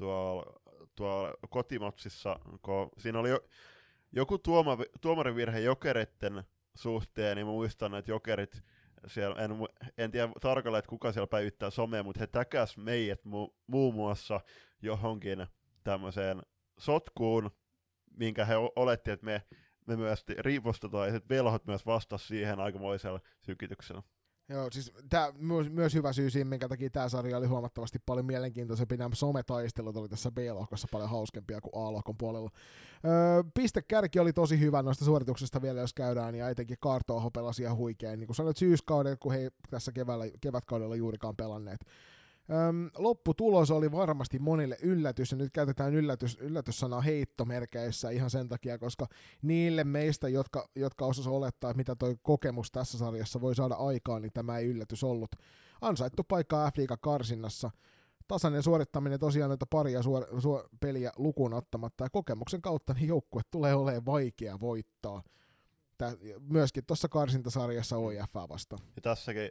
tuolla kotimatsissa, kun siinä oli joku tuomarivirhe Jokereiden suhteen, niin mä muistan, että Jokerit, siellä, en tiedä tarkalleen, että kuka siellä päivittää somea, mutta he täkäs meidät muun muassa johonkin tämmöiseen sotkuun, minkä he olettiin, että me myös riipostetaan, ja sitten Velhot myös vastasi siihen aikamoisella sykityksellä. Joo, siis tämä myös hyvä syy siinä, minkä takia tämä sarja oli huomattavasti paljon mielenkiintoisempi. Nämä sometaistelut oli tässä B-lohkossa paljon hauskempia kuin A-lohkon puolella. Pistekärki oli tosi hyvä noista suorituksista vielä, jos käydään, ja etenkin Kaarto-aho pelasi ihan huikein. Niin kuin sanoit, syyskaudella, kun he tässä kevätkaudella juurikaan pelanneet. Lopputulos oli varmasti monille yllätys, ja nyt käytetään yllätyssanaa heittomerkeissä ihan sen takia, koska niille meistä, jotka osasivat olettaa, että mitä toi kokemus tässä sarjassa voi saada aikaan, niin tämä ei yllätys ollut. Ansaittu paikka F-liiga-karsinnassa. Tasainen suorittaminen tosiaan noita paria peliä lukuun ottamatta, ja kokemuksen kautta niin joukkue tulee olemaan vaikea voittaa. Myöskin tuossa karsintasarjassa OIF:ää vastaan. Ja tässäkin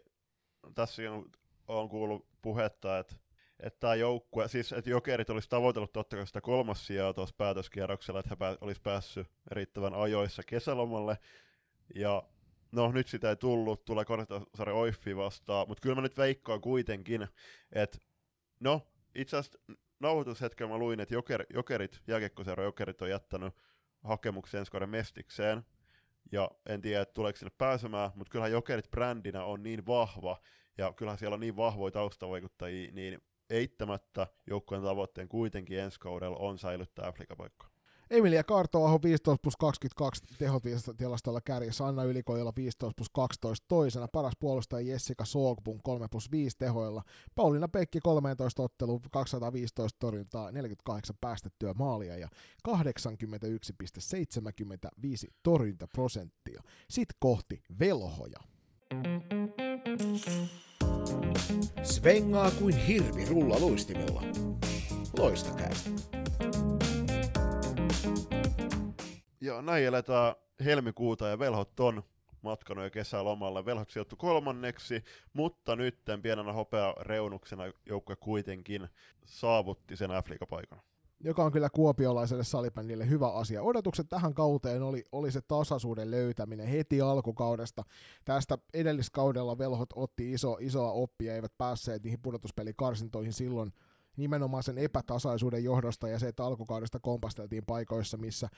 on kuullut puhetta, että tämä joukkue, siis että Jokerit olisi tavoitellut totta kai sitä 3. sijaa tuossa päätöskierroksella, että he olisi päässyt riittävän ajoissa kesälomalle, ja no nyt sitä ei tullut, tulee Karsintasarja OIFia vastaan, mutta kyllä mä nyt veikkaan kuitenkin, että no itse asiassa nauhoitushetkellä mä luin, että jääkiekkoseura Jokerit on jättänyt hakemuksen ensi kauden mestikseen, ja en tiedä, että tuleeko sinne pääsemään, mutta kyllähän Jokerit brändinä on niin vahva, ja kyllähän siellä on niin vahvoja taustavaikuttajia, niin eittämättä joukkueen tavoitteen kuitenkin ensi kaudella on säilyttää F-liigapaikkaa. Emilia Kaarto-aho 15+22 tehotilastolla kärjessä, Anna Ylikojola 15+12 toisena, paras puolustaja Jessica Sogbun 3+5 tehoilla, Pauliina Pekki 13 ottelua, 215 torjuntaa, 48 päästettyä maalia ja 81,75 torjuntaprosenttia. Sitten kohti velhoja. Svengaa kuin hirvi rullaluistimella. Loistakäistä. Ja näin eletään helmikuuta ja Velhot on matkanut jo kesälomalle. Velhot sijoittui 3, mutta nyt pienenä hopeareunuksena joukkue kuitenkin saavutti sen F-liigapaikan. Joka on kyllä kuopiolaiselle salibändille hyvä asia. Odotukset tähän kauteen oli se tasaisuuden löytäminen heti alkukaudesta. Tästä edelliskaudella Velhot otti isoa oppia, eivät päässeet niihin pudotuspelikarsintoihin silloin nimenomaan sen epätasaisuuden johdosta ja se, että alkukaudesta kompasteltiin paikoissa, missä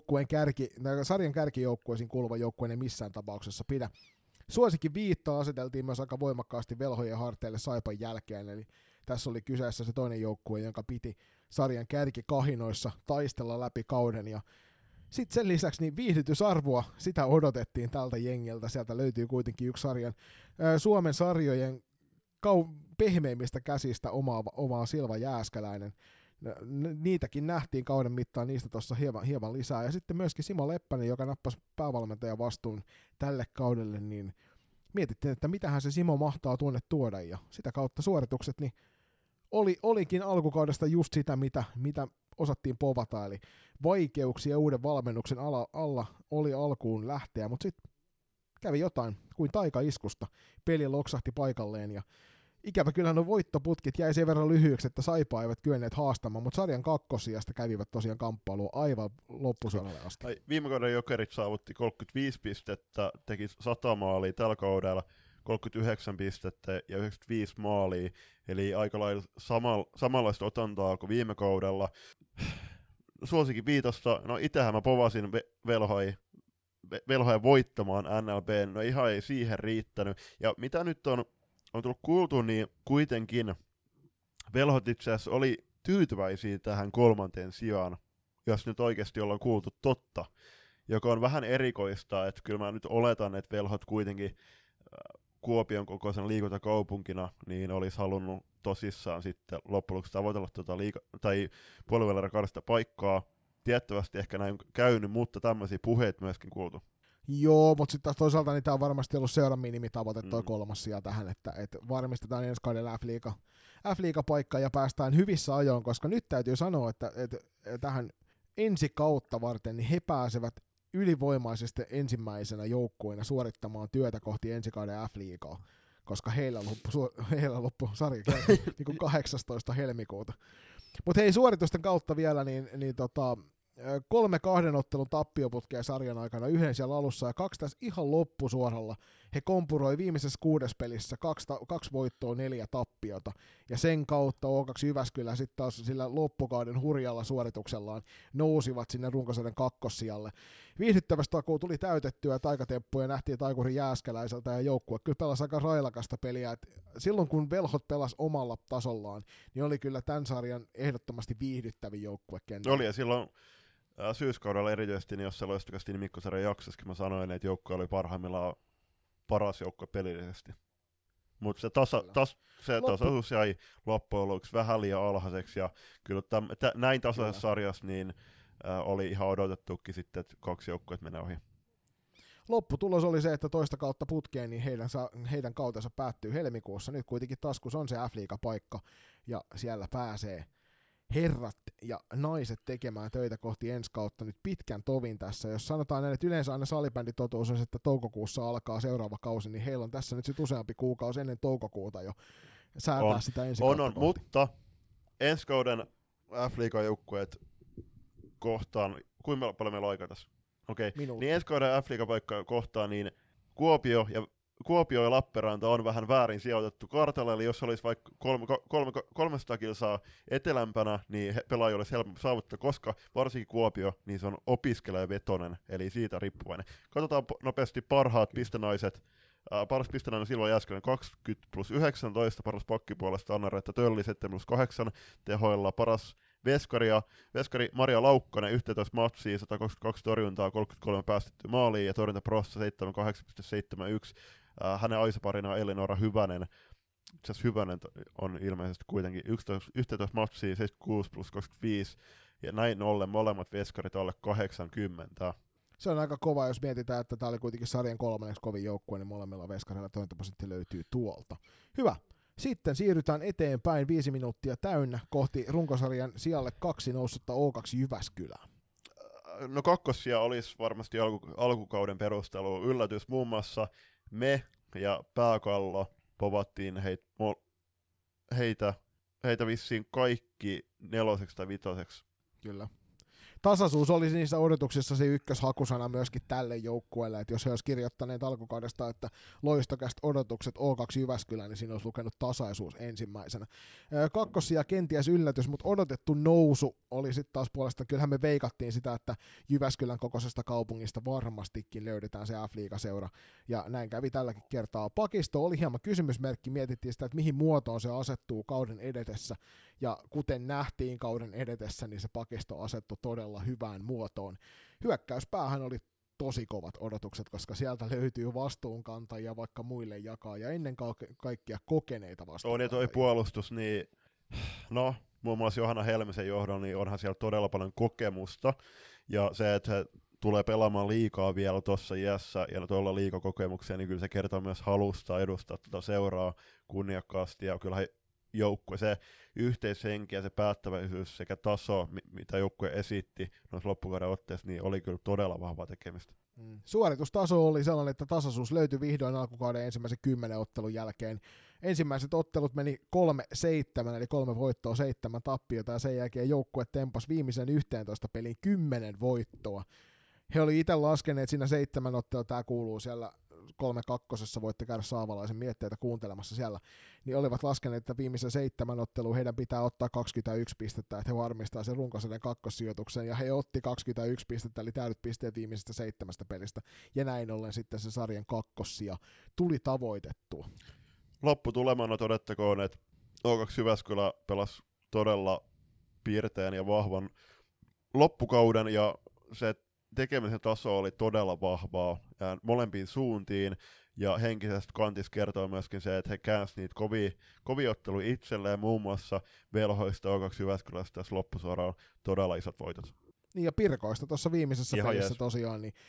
sarjan kärkijoukkueisiin kuuluva joukkue ei missään tapauksessa pidä. Suosikin viittaa aseteltiin myös aika voimakkaasti Velhojen harteille Saipan jälkeen, eli tässä oli kyseessä se toinen joukkue, jonka piti sarjan kärkikahinoissa taistella läpi kauden, ja sitten sen lisäksi niin viihdytysarvoa, sitä odotettiin tältä jengiltä, sieltä löytyy kuitenkin yksi Suomen sarjojen pehmeimmistä käsistä omaa Silva Jääskeläinen. Niitäkin nähtiin kauden mittaan, niistä tuossa hieman lisää. Ja sitten myöskin Simo Leppänen, joka nappasi päävalmentajan vastuun tälle kaudelle, niin mietittiin, että mitähän se Simo mahtaa tuonne tuoda. Ja sitä kautta suoritukset niin olikin alkukaudesta just sitä, mitä osattiin povata. Eli vaikeuksia uuden valmennuksen alla oli alkuun lähteä, mutta sitten kävi jotain kuin taikaiskusta. Peli loksahti paikalleen ja ikävä kyllä nuo voittoputkit jäi sen verran lyhyeksi, että Saipa eivät kyenneet haastamaan, mutta sarjan kakkosijasta kävivät tosiaan kamppailua aivan loppusuoralle asti. Viime kauden Jokerit saavutti 35 pistettä, teki 100 maalia tällä kaudella, 39 pistettä ja 95 maalia, eli aika lailla samanlaista otantaa kuin viime kaudella. Suosikin viitosta, no itsehän mä povasin Velhoja voittamaan NLB, no ihan ei siihen riittänyt. Ja mitä nyt on tullut kuultu, niin kuitenkin Velhot itse asiassa oli tyytyväisiä tähän 3. sijaan, jos nyt oikeasti ollaan kuultu totta, joka on vähän erikoista, että kyllä mä nyt oletan, että Velhot kuitenkin Kuopion kokoisen liikuntakaupunkina niin olisi halunnut tosissaan sitten loppujen lopuksi tavoitella puolivälierä paikkaa. Tiettävästi ehkä näin käynyt, mutta tämmöisiä puheita myöskin kuultu. Joo, mutta sitten taas toisaalta niin tämä on varmasti ollut seuran minimitavoite toi 3. sija tähän, että varmistetaan ensi kaudella F-liiga-paikka ja päästään hyvissä ajoin, koska nyt täytyy sanoa, että tähän ensi kautta varten niin he pääsevät ylivoimaisesti ensimmäisenä joukkueena suorittamaan työtä kohti ensi kauden F-liigaa, koska heillä loppu sarja niin 18. helmikuuta. Mutta hei, suoritusten kautta vielä, niin 3 2 ottelun tappioputkea sarjan aikana, 1 siellä alussa ja 2 tässä ihan loppusuoralla. He kompuroi viimeisessä 6 pelissä 2 voittoa, 4 tappiota, ja sen kautta O2 Jyväskylä sitten taas sillä loppukauden hurjalla suorituksellaan nousivat sinne runkosarjan kakkossijalle. Viihdyttävästi takuu tuli täytettyä taikatemppuja, nähtiin Taikuri Jääskeläiseltä ja joukkue kyllä pelasi aika railakasta peliä. Et silloin kun Velhot pelasi omalla tasollaan, niin oli kyllä tämän sarjan ehdottomasti viihdyttävin joukkue kentällä. Oli, ja silloin syyskaudella erityisesti, niin jos se loistukasti niin Mikkosarjan jaksossakin mä sanoin, että joukkue oli parhaimmillaan paras joukkue pelillisesti. Mutta se tasaisuus jäi loppujen lopuksi vähän liian alhaiseksi, ja kyllä näin tasaisessa sarjassa niin oli ihan odotettukin sitten, että 2 joukkueet menee ohi. Lopputulos oli se, että toista kautta putkeen niin heidän kautensa päättyy helmikuussa. Nyt kuitenkin taskus on se F-liiga-paikka, ja siellä pääsee herrat ja naiset tekemään töitä kohti ensi kautta nyt pitkän tovin tässä. Jos sanotaan näin, että yleensä aina salibänditotuus on, että toukokuussa alkaa seuraava kausi, niin heillä on tässä nyt sit useampi kuukausi ennen toukokuuta jo säätää sitä ensi kautta kohti. Mutta ensi kauden F-liigan joukkueet kohtaan, kuinka paljon meillä on aikaa tässä? Okei, niin ensi kauden F-liigan paikkaa kohtaan, niin Kuopio ja Lappeenranta on vähän väärin sijoitettu kartalle, eli jos olisi vaikka 300 kilsaa etelämpänä, niin pelaaja olisi helpompi saavuttaa, koska varsinkin Kuopio, niin se on opiskelevetonen, eli siitä riippuvainen. Katsotaan nopeasti parhaat pistenaiset. Paras pistenainen silloin Jääskeläinen 20+19, paras pakkipuolesta Anna-Reetta Tölli 7+8 tehoilla, paras veskari Maria Laukkonen 11 matsia, 122 torjuntaa, 33 päästetty maaliin ja torjuntaprossa 78,71. Hänen aisaparina on Elinora Hyvänen. Itse asiassa Hyvänen on ilmeisesti kuitenkin 11 matsia, 76+25 ja näin ollen molemmat veskarit alle 80. Se on aika kova, jos mietitään, että tämä oli kuitenkin sarjan 3. kovin joukkue, niin molemmilla veskareilla torjuntaprosentti löytyy tuolta. Hyvä. Sitten siirrytään eteenpäin 5 minuuttia täynnä kohti runkosarjan sijalle 2 noussutta O2 Jyväskylää. No kakkosia olisi varmasti alkukauden perustelu. Yllätys muun muassa me ja Pääkallo povattiin heitä vissiin kaikki 4. tai 5. Kyllä. Tasaisuus oli niissä odotuksissa se ykköshakusana myöskin tälle joukkueelle, että jos he olisivat kirjoittaneet alkukaudesta, että loistokästä odotukset O2 Jyväskylään, niin siinä olisi lukenut tasaisuus ensimmäisenä. Kakkosia kenties yllätys, mutta odotettu nousu oli sitten taas puolestaan, kyllähän me veikattiin sitä, että Jyväskylän kokoisesta kaupungista varmastikin löydetään se F-liigaseura, ja näin kävi tälläkin kertaa. Pakisto oli hieman kysymysmerkki, mietittiin sitä, että mihin muotoon se asettuu kauden edetessä, ja kuten nähtiin kauden edetessä, niin se pakisto asettui todella hyvään muotoon. Hyökkäyspäähän oli tosi kovat odotukset, koska sieltä löytyy vastuunkantajia vaikka muille jakaa, ja ennen kaikkea kokeneita vastuunkantajia. On, ja toi puolustus, niin no, muun muassa Johanna Helmisen johdolla, niin onhan siellä todella paljon kokemusta, ja se, että he tulee pelaamaan liikaa vielä tuossa iässä, ja tuolla liikakokemuksia, niin kyllä se kertoo myös halusta edustaa tuota seuraa kunniakkaasti, ja kyllä joukkue, se yhteishenki ja se päättäväisyys sekä taso, mitä joukkue esitti noissa loppukauden otteessa, niin oli kyllä todella vahvaa tekemistä. Suoritustaso oli sellainen, että tasaisuus löytyi vihdoin alkukauden ensimmäisen 10 ottelun jälkeen. Ensimmäiset ottelut meni 3-7, eli 3 voittoa, 7 tappiota, ja sen jälkeen joukkue tempas viimeisen 11 pelin 10 voittoa. He oli itse laskeneet siinä 7 ottelua, tämä kuuluu siellä 3-2, voitte käydä Saavalaisen mietteitä kuuntelemassa siellä, niin olivat laskeneet, että viimeisen 7 ottelua heidän pitää ottaa 21 pistettä, että he varmistaa sen runkosarjan kakkossijoituksen, ja he otti 21 pistettä, eli täydet pisteet viimeisestä 7 pelistä, ja näin ollen sitten se sarjan kakkossija tuli tavoitettua. Lopputulemana todettakoon, että O2 Jyväskylä pelasi todella piirtein ja vahvan loppukauden, ja se tekemisen taso oli todella vahvaa ja molempiin suuntiin, ja henkisestä kantissa kertoo myöskin se, että he käänsivät niitä kovia otteluja itselleen, muun muassa Velhoista O2 Jyväskylästä tässä loppusuoraan todella isot voitot. Niin, ja Pirkoista tuossa viimeisessä ihan pelissä jees. Tosiaan, niin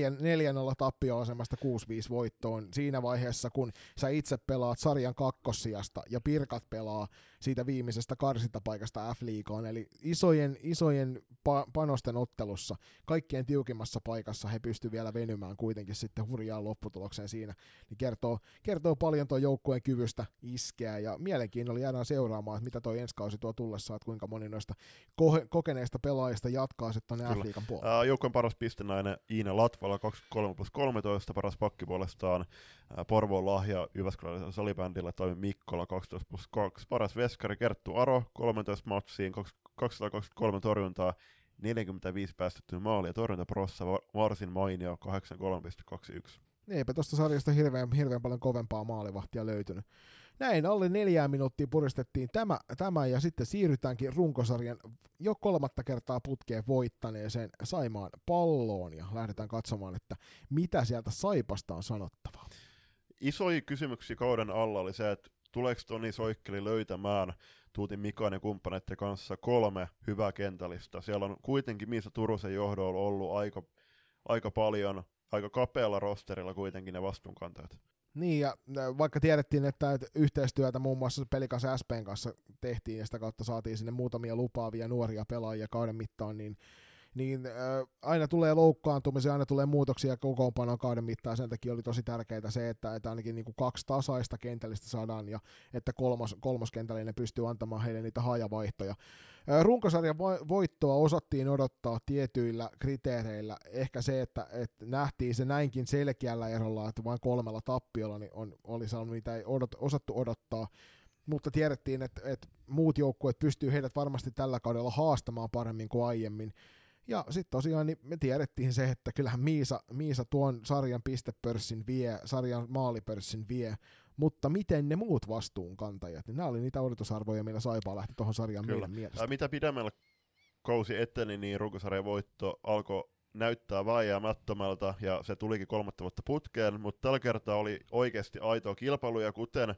4-0 tappioasemasta 6-5 voittoon siinä vaiheessa, kun sä itse pelaat sarjan kakkossijasta ja Pirkat pelaa siitä viimeisestä karsintapaikasta F-liigaan, eli isojen panosten ottelussa, kaikkien tiukimmassa paikassa he pystyivät vielä venymään kuitenkin sitten hurjaan lopputulokseen siinä, niin kertoo paljon tuon joukkueen kyvystä iskeä, ja mielenkiinnolla jäädään seuraamaan, että mitä toi ensi kausi tuo tullessa, että kuinka moni noista kokeneista pelaajista jatkaa sitten tuonne F-liigan puolella. Joukkueen paras pistenainen Iina Latvala 23+13, paras pakki puolestaan Porvoon lahja Jyväskyläläisellä salibändillä toimi Mikkola 12+2, paras veskari Kerttu Aro 13 matsiin, 223 torjuntaa, 45 päästettyä maalia, torjuntaprossa varsin mainio 83,21. Eipä tuosta sarjasta hirveän paljon kovempaa maalivahtia löytynyt. Näin alle 4 minuuttia puristettiin tämä ja sitten siirrytäänkin runkosarjan jo 3. kertaa putkeen voittaneeseen Saimaan Palloon ja lähdetään katsomaan, että mitä sieltä Saipasta on sanottavaa. Isoja kysymyksiä kauden alla oli se, että tuleeko Toni Soikkeli löytämään Tuutin Mikan ja kumppaneiden kanssa 3 hyvää kentällistä. Siellä on kuitenkin Miisa Turusen johdolla ollut aika paljon, aika kapealla rosterilla kuitenkin ne vastuunkantajat. Niin, ja vaikka tiedettiin, että yhteistyötä muun muassa Pelikas SP:n kanssa tehtiin, ja sitä kautta saatiin sinne muutamia lupaavia nuoria pelaajia kauden mittaan, niin aina tulee loukkaantumisia, aina tulee muutoksia kokoonpanoon kauden mittaan, sen takia oli tosi tärkeää se, että ainakin niin kuin 2 tasaista kentällistä saadaan, ja että kolmoskentällinen pystyy antamaan heille niitä hajavaihtoja. Runkosarjan voittoa osattiin odottaa tietyillä kriteereillä, ehkä se, että nähtiin se näinkin selkeällä erolla, että vain 3 tappiolla niin oli sellainen, mitä ei osattu odottaa, mutta tiedettiin, että muut joukkueet pystyy heidät varmasti tällä kaudella haastamaan paremmin kuin aiemmin. Ja sitten tosiaan niin me tiedettiin se, että kyllähän Miisa tuon sarjan pistepörssin vie, sarjan maalipörssin vie, mutta miten ne muut vastuunkantajat, niin nämä oli niitä odotusarvoja, millä Saipaa lähti tuohon sarjaan meidän mielestä. Mitä pidemmällä kausi eteni, niin runkosarjan voitto alkoi näyttää vääjäämättömältä, ja se tulikin 3 vuotta putkeen, mutta tällä kertaa oli oikeasti aitoa kilpailuja, kuten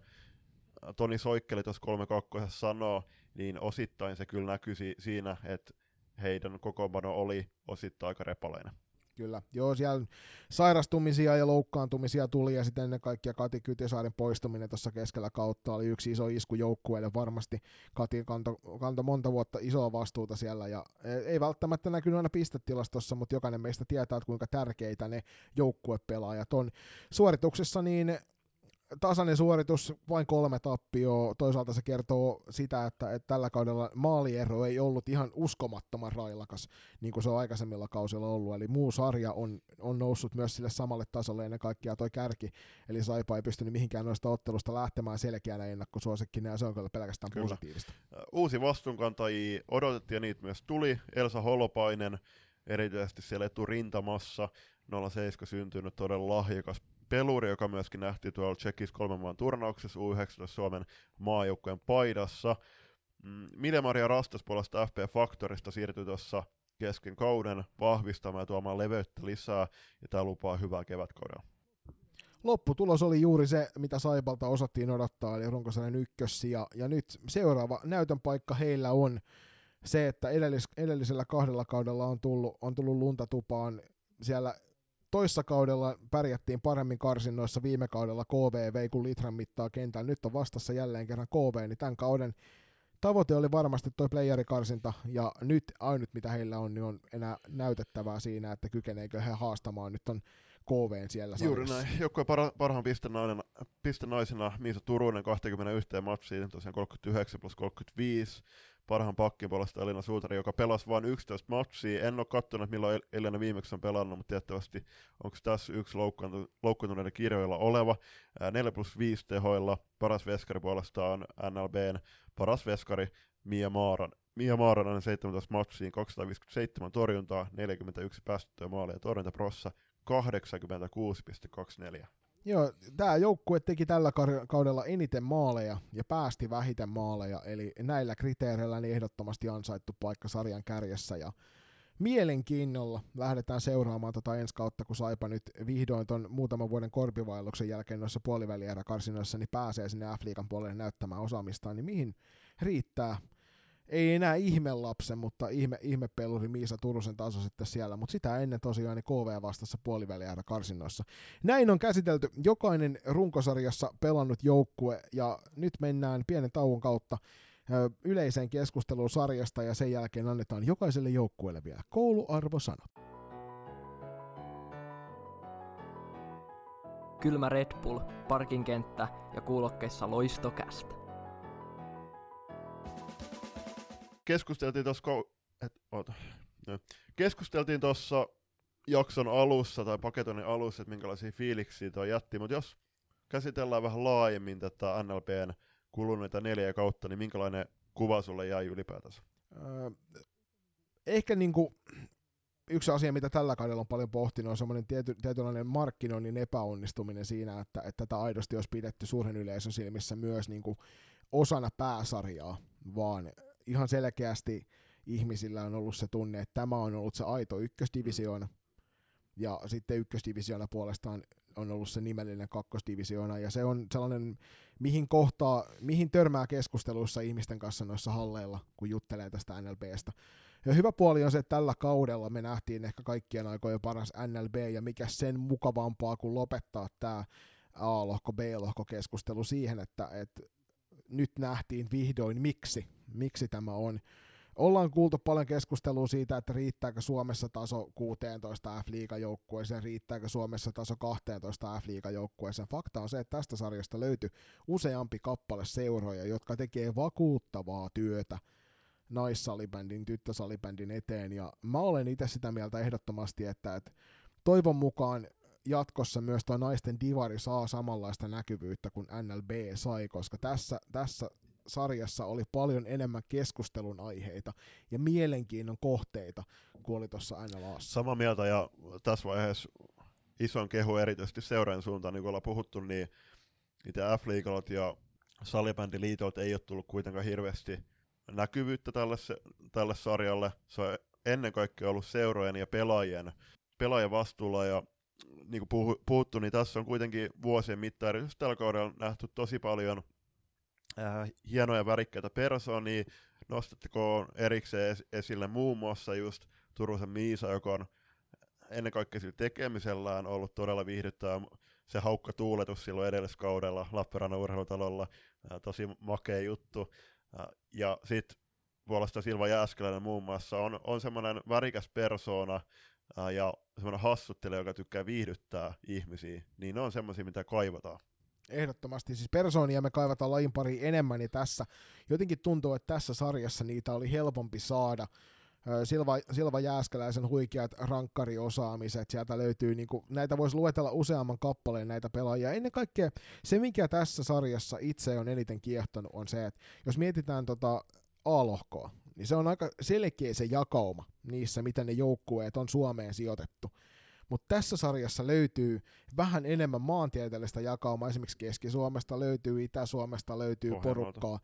Toni Soikkeli tuossa 3-2 sanoo, niin osittain se kyllä näkyi siinä, että heidän kokoonpano oli osittain aika repaleinen. Kyllä, joo, siellä sairastumisia ja loukkaantumisia tuli, ja sitten ennen kaikkea Kati Kytisaaren poistuminen tuossa keskellä kautta oli yksi iso isku joukkueelle. Varmasti Kati kantoi monta vuotta isoa vastuuta siellä, ja ei välttämättä näkynyt aina pistetilastossa, mutta jokainen meistä tietää, että kuinka tärkeitä ne joukkuepelaajat on. Suorituksessa niin tasainen suoritus, vain 3 tappioa. Toisaalta se kertoo sitä, että tällä kaudella maaliero ei ollut ihan uskomattoman railakas, niin kuin se on aikaisemmilla kausilla ollut. Eli muu sarja on noussut myös sille samalle tasolle, ennen kaikkea toi kärki. Eli Saipa ei pystynyt mihinkään noista ottelusta lähtemään selkeänä ennakkosuosikkina, ja se on kyllä pelkästään positiivista. Uusi vastuunkantajia odotettiin, ja niitä myös tuli. Elsa Holopainen, erityisesti siellä eturintamassa, 07 syntynyt, todella lahjakas peluri, joka myöskin nähtiin tuolla Tšekkissä 3 maan turnauksessa U19 Suomen maajoukkueen paidassa. Mille-Maria Rastas puolesta FP Factorista siirtyi tuossa kesken kauden vahvistamaan ja tuomaan leveyttä lisää, ja tämä lupaa hyvää kevätkaudella. Lopputulos oli juuri se, mitä Saipalta osattiin odottaa, eli runkosarjan ykkössija, ja nyt seuraava näytön paikka heillä on se, että edellisellä 2 kaudella on tullut lunta tupaan. Siellä toissa kaudella pärjättiin paremmin karsinnoissa, viime kaudella KV vei kun litran mittaa kentällä, nyt on vastassa jälleen kerran KV, niin tämän kauden tavoite oli varmasti toi playerikarsinta, ja nyt ainut mitä heillä on, niin on enää näytettävää siinä, että kykeneekö he haastamaan nyt on KVn siellä sarjassa. Juuri näin. Joukkueen parhaan pistenaisena Miisa Turunen 21 matsiin, tosiaan 39+35. Parhaan pakkin puolesta Elina Suutari, joka pelasi vain 11 matsia. En ole katsonut, milloin Elina viimeksi on pelannut, mutta tiettävästi onko tässä yksi loukkaantuneiden kirjoilla oleva. 4+5 tehoilla. Paras veskari puolestaan NLBn paras veskari Mia Maaran. Mia Maaran 17 matsiin, 257 torjuntaa, 41 päästettyä maalia ja torjuntaprossa 86,24. Joo, tämä joukkue teki tällä kaudella eniten maaleja ja päästi vähiten maaleja, eli näillä kriteereillä niin ehdottomasti ansaittu paikka sarjan kärjessä, ja mielenkiinnolla lähdetään seuraamaan ensi kautta, kun Saipa nyt vihdoin ton muutaman vuoden korpivaelluksen jälkeen noissa puolivälierä-karsinoissa niin pääsee sinne F-liigan puolelle näyttämään osaamistaan, niin mihin riittää. Ei enää ihmelapsen, mutta ihmepeluri Miisa Turusen taso sitten siellä, mutta sitä ennen tosiaan niin KV vastassa puolivälierä karsinnoissa. Näin on käsitelty jokainen runkosarjassa pelannut joukkue, ja nyt mennään pienen tauon kautta yleiseen keskusteluun sarjasta, ja sen jälkeen annetaan jokaiselle joukkueelle vielä kouluarvosanat. Kylmä Red Bull, parkinkenttä ja kuulokkeissa Loistocast. Keskusteltiin tuossa jakson alussa tai paketoinnin alussa, että minkälaisia fiiliksiä tuo jätti, mutta jos käsitellään vähän laajemmin tätä NLPn kuluneita 4 kautta, niin minkälainen kuva sulle jäi ylipäätänsä? Ehkä niinku yksi asia, mitä tällä kaudella on paljon pohtinut, on semmoinen tietynlainen markkinoinnin epäonnistuminen siinä, että tätä aidosti olisi pidetty suuren yleisön silmissä myös niinku osana pääsarjaa, vaan ihan selkeästi ihmisillä on ollut se tunne, että tämä on ollut se aito ykkösdivisioona, ja sitten ykkösdivisioona puolestaan on ollut se nimellinen kakkosdivisioona, ja se on sellainen, mihin törmää keskusteluissa ihmisten kanssa noissa halleilla, kun juttelee tästä NLBstä. Ja hyvä puoli on se, että tällä kaudella me nähtiin ehkä kaikkien aikojen paras NLB, ja mikä sen mukavampaa kuin lopettaa tämä A-lohko, B-lohko-keskustelu siihen, että nyt nähtiin vihdoin miksi tämä on. Ollaan kuultu paljon keskustelua siitä, että riittääkö Suomessa taso 16 F-liigajoukkueeseen, riittääkö Suomessa taso 12 F-liigajoukkueeseen. Fakta on se, että tästä sarjasta löytyi useampi kappale seuroja, jotka tekee vakuuttavaa työtä naissalibändin, tyttösalibändin eteen, ja mä olen itse sitä mieltä ehdottomasti, että toivon mukaan jatkossa myös tuo naisten divari saa samanlaista näkyvyyttä kuin NLB sai, koska tässä sarjassa oli paljon enemmän keskustelun aiheita ja mielenkiinnon kohteita kuin oli tuossa NLAssa. Sama mieltä, ja tässä vaiheessa ison kehu erityisesti seurojen suuntaan, niin kuin ollaan puhuttu, niin niitä F-liigalot ja salibändiliitot ei ole tullut kuitenkaan hirveästi näkyvyyttä tälle sarjalle. Se on ennen kaikkea ollut seurojen ja pelaajien vastuulla, ja niin kuin puhuttu, niin tässä on kuitenkin vuosien mittaan, erityisesti tällä kaudella nähty tosi paljon hienoja värikkäitä persoonia. Nostatteko erikseen esille muun muassa just Turusen Miisa, joka on ennen kaikkea sillä tekemisellään ollut todella viihdyttävä. Se haukka tuuletus silloin edelliskaudella Lappeenrannan urheilutalolla, tosi makea juttu. Ja sitten puolestaan Silva Jääskeläinen muun muassa on semmoinen värikäs persoona ja semmoinen hassuttelija, joka tykkää viihdyttää ihmisiä, niin ne on semmoisia, mitä kaivataan. Ehdottomasti, siis persoonia me kaivataan lajin pariin enemmän, ja tässä jotenkin tuntuu, että tässä sarjassa niitä oli helpompi saada. Silva Jääskeläisen huikeat rankkariosaamiset, sieltä löytyy, näitä voisi luetella useamman kappaleen näitä pelaajia. Ennen kaikkea se, mikä tässä sarjassa itse on eniten kiehtonut, on se, että jos mietitään A-lohkoa, niin se on aika selkeä se jakauma niissä, miten ne joukkueet on Suomeen sijoitettu. Mutta tässä sarjassa löytyy vähän enemmän maantieteellistä jakaumaa, esimerkiksi Keski-Suomesta löytyy, Itä-Suomesta löytyy porukkaa,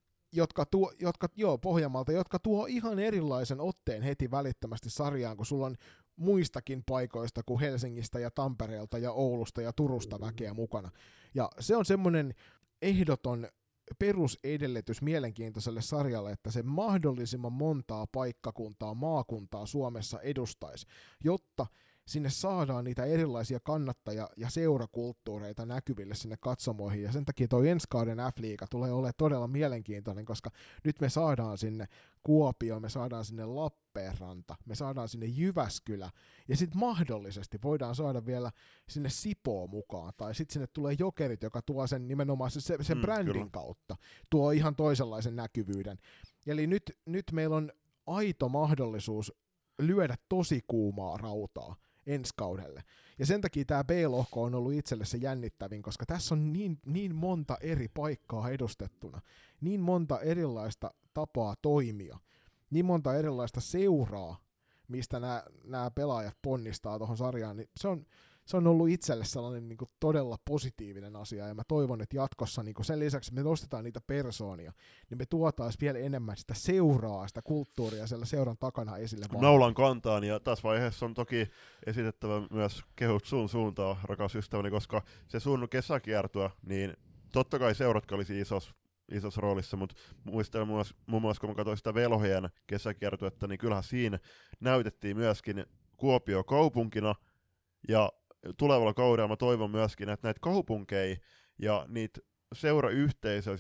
Pohjanmaalta, jotka tuo ihan erilaisen otteen heti välittömästi sarjaan, kun sulla on muistakin paikoista kuin Helsingistä ja Tampereelta ja Oulusta ja Turusta väkeä mukana. Ja se on semmoinen ehdoton perusedellytys mielenkiintoiselle sarjalle, että se mahdollisimman montaa paikkakuntaa, maakuntaa Suomessa edustaisi, jotta sinne saadaan niitä erilaisia kannattaja- ja seurakulttuureita näkyville sinne katsomoihin, ja sen takia toi ensi kauden F-liiga tulee olemaan todella mielenkiintoinen, koska nyt me saadaan sinne Kuopio, me saadaan sinne Lappeenranta, me saadaan sinne Jyväskylä, ja sitten mahdollisesti voidaan saada vielä sinne Sipoo mukaan, tai sitten sinne tulee Jokerit, joka tuo sen nimenomaan sen brändin kyllä. kautta, tuo ihan toisenlaisen näkyvyyden. Eli nyt meillä on aito mahdollisuus lyödä tosi kuumaa rautaa ensi kaudelle. Ja sen takia tämä B-lohko on ollut itselle se jännittävin, koska tässä on niin monta eri paikkaa edustettuna, niin monta erilaista tapaa toimia, niin monta erilaista seuraa, mistä nämä pelaajat ponnistaa tuohon sarjaan, niin se on ollut itselle sellainen niin kuin todella positiivinen asia, ja mä toivon, että jatkossa niin kuin sen lisäksi, että me nostetaan niitä persoonia, niin me tuotaisiin vielä enemmän sitä seuraa, sitä kulttuuria siellä seuran takana esille. Naulan kantaan, ja tässä vaiheessa on toki esitettävä myös kehut sun suuntaan, rakas ystäväni, koska se sun kesäkiertue, niin totta kai seuratkin olisi isossa roolissa, mutta muistelen muun muassa, kun mä katsoin sitä Velhojen kesäkiertuetta, niin kyllähän siinä näytettiin myöskin Kuopio kaupunkina, ja tulevalla kaudella mä toivon myöskin, että näitä kaupunkeja ja niitä seurayhteisöjä sieltä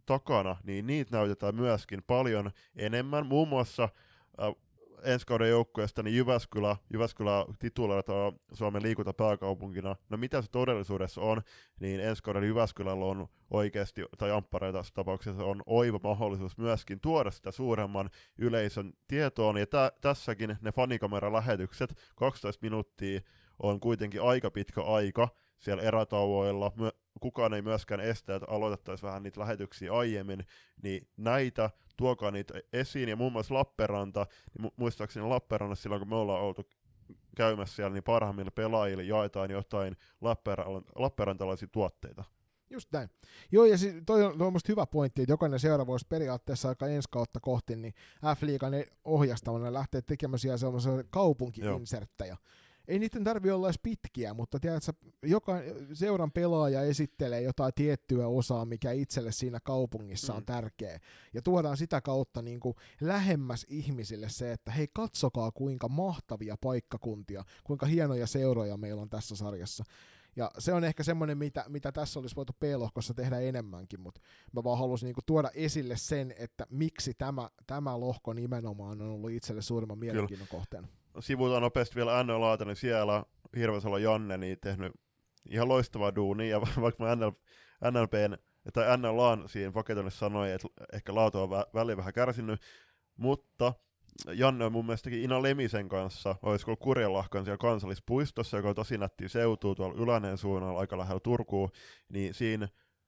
takana, niin niitä näytetään myöskin paljon enemmän. Muun muassa ensi kauden joukkueesta niin Jyväskylä tituleerataan Suomen liikuntapääkaupunkina. No mitä se todellisuudessa on, niin ensi kauden Jyväskylällä on oikeasti, tai Amppareita tässä tapauksessa on oiva mahdollisuus myöskin tuoda sitä suuremman yleisön tietoon, ja tässäkin ne fanikameralähetykset, 12 minuuttia on kuitenkin aika pitkä aika siellä erätauoilla, kukaan ei myöskään estä, että aloitettaisiin vähän niitä lähetyksiä aiemmin, niin tuokaa niitä esiin, ja muun muassa Lappeenranta, niin muistaakseni Lappeenrannassa silloin, kun me ollaan oltu käymässä siellä, niin parhaimmille pelaajille jaetaan jotain lappeenrantalaisia tuotteita. Just näin. Joo, ja toi on musta hyvä pointti, että jokainen seura voisi periaatteessa aika ensi kautta kohti, niin F-liigan ohjastavana lähtee tekemään sellaisia kaupunki-inserttejä. Ei niiden tarvitse olla edes pitkiä, mutta tiedätkö, joka seuran pelaaja esittelee jotain tiettyä osaa, mikä itselle siinä kaupungissa on tärkeä. Ja tuodaan sitä kautta niin kuin lähemmäs ihmisille se, että hei, katsokaa kuinka mahtavia paikkakuntia, kuinka hienoja seuroja meillä on tässä sarjassa. Ja se on ehkä semmoinen, mitä tässä olisi voitu P-lohkossa tehdä enemmänkin, mutta mä vaan halusin niinku tuoda esille sen, että miksi tämä lohko nimenomaan on ollut itselle suurimman mielenkiinnon kohteena. Sivutaan nopeasti vielä NHL-laata, niin siellä Hirvesalo Janne niin tehnyt ihan loistavaa duunia, ja vaikka mä NLPn tai NLAn siinä paketoinnissa sanoi, että ehkä laatu on väliin vähän kärsinyt, mutta Janne on mun mielestäkin Ina Lemisen kanssa, olisiko Kurjanlahkan siellä kansallispuistossa, joka on tosi nättiä seutua tuolla Yläneen suunnalla aika lähellä Turkuun, niin siinä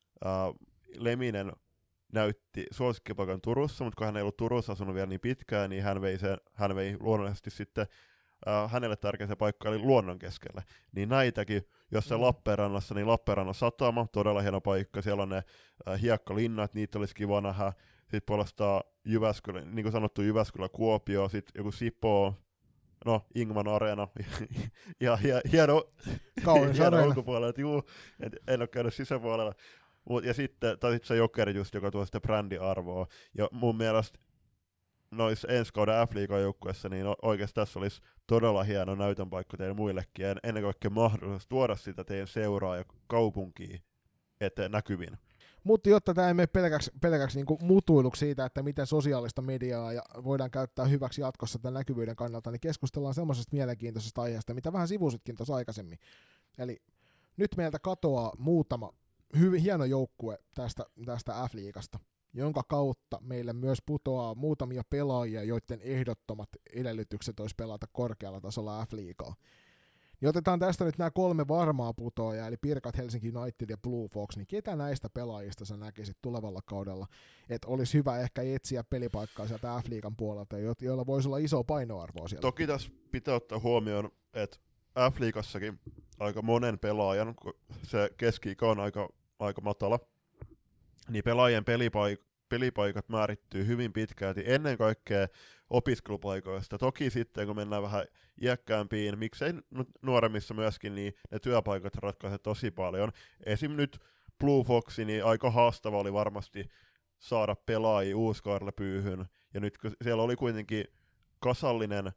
Leminen näytti suosikkipaikan Turussa, mutta kun hän ei ollut Turussa asunut vielä niin pitkään, niin hän vei luonnollisesti sitten hänelle tärkeä paikka eli luonnon keskelle. Niin näitäkin, jos se Lappeenrannassa, niin Lappeenrannan satama, todella hieno paikka, siellä on ne hiekkalinnat, niitä olisi kiva nähdä. Sitten puolestaan Jyväskylä, niin kuin sanottu Jyväskylä Kuopio, sitten joku Sipoo, no Ingman Areena, ja hieno ulkopuolella, että juu, en ole käynyt sisäpuolella. Ja sitten se Jokeri just, joka tuo sitä brändiarvoa. Ja mun mielestä noissa ensi kauden F-liigan joukkueessa, niin oikeasti tässä olisi todella hieno näytön paikka teille muillekin, ja ennen kaikkea mahdollisuus tuoda sitä teidän seuraa ja kaupunkiin eteen näkyviin. Mutta jotta tämä ei mene pelkäksi niinku mutuiluksi siitä, että miten sosiaalista mediaa ja voidaan käyttää hyväksi jatkossa tämän näkyvyyden kannalta, niin keskustellaan semmoisesta mielenkiintoisesta aiheesta, mitä vähän sivusitkin tuossa aikaisemmin. Eli nyt meiltä katoaa muutama hyvin hieno joukkue tästä F-liigasta, jonka kautta meille myös putoaa muutamia pelaajia, joiden ehdottomat edellytykset olisi pelata korkealla tasolla F-liigaa. Niin otetaan tästä nyt nämä 3 varmaa putoajaa, eli Pirkat, Helsinki United ja Blue Fox, niin ketä näistä pelaajista sä näkisit tulevalla kaudella, että olisi hyvä ehkä etsiä pelipaikkaa sieltä F-liigan puolelta, joilla voisi olla iso painoarvoa siellä? Toki tässä pitää ottaa huomioon, että F-liigassakin aika monen pelaajan, kun se keski-ikä on aika matala, niin pelaajien pelipaikat määrittyy hyvin pitkälti ennen kaikkea opiskelupaikoista. Toki sitten, kun mennään vähän iäkkäämpiin, miksei nuoremmissa myöskin, niin ne työpaikat ratkaisee tosi paljon. Esim. Nyt Blue Foxi, niin aika haastava oli varmasti saada pelaajia uuskaarille pyyhyn, ja nyt kun siellä oli kuitenkin kasallinen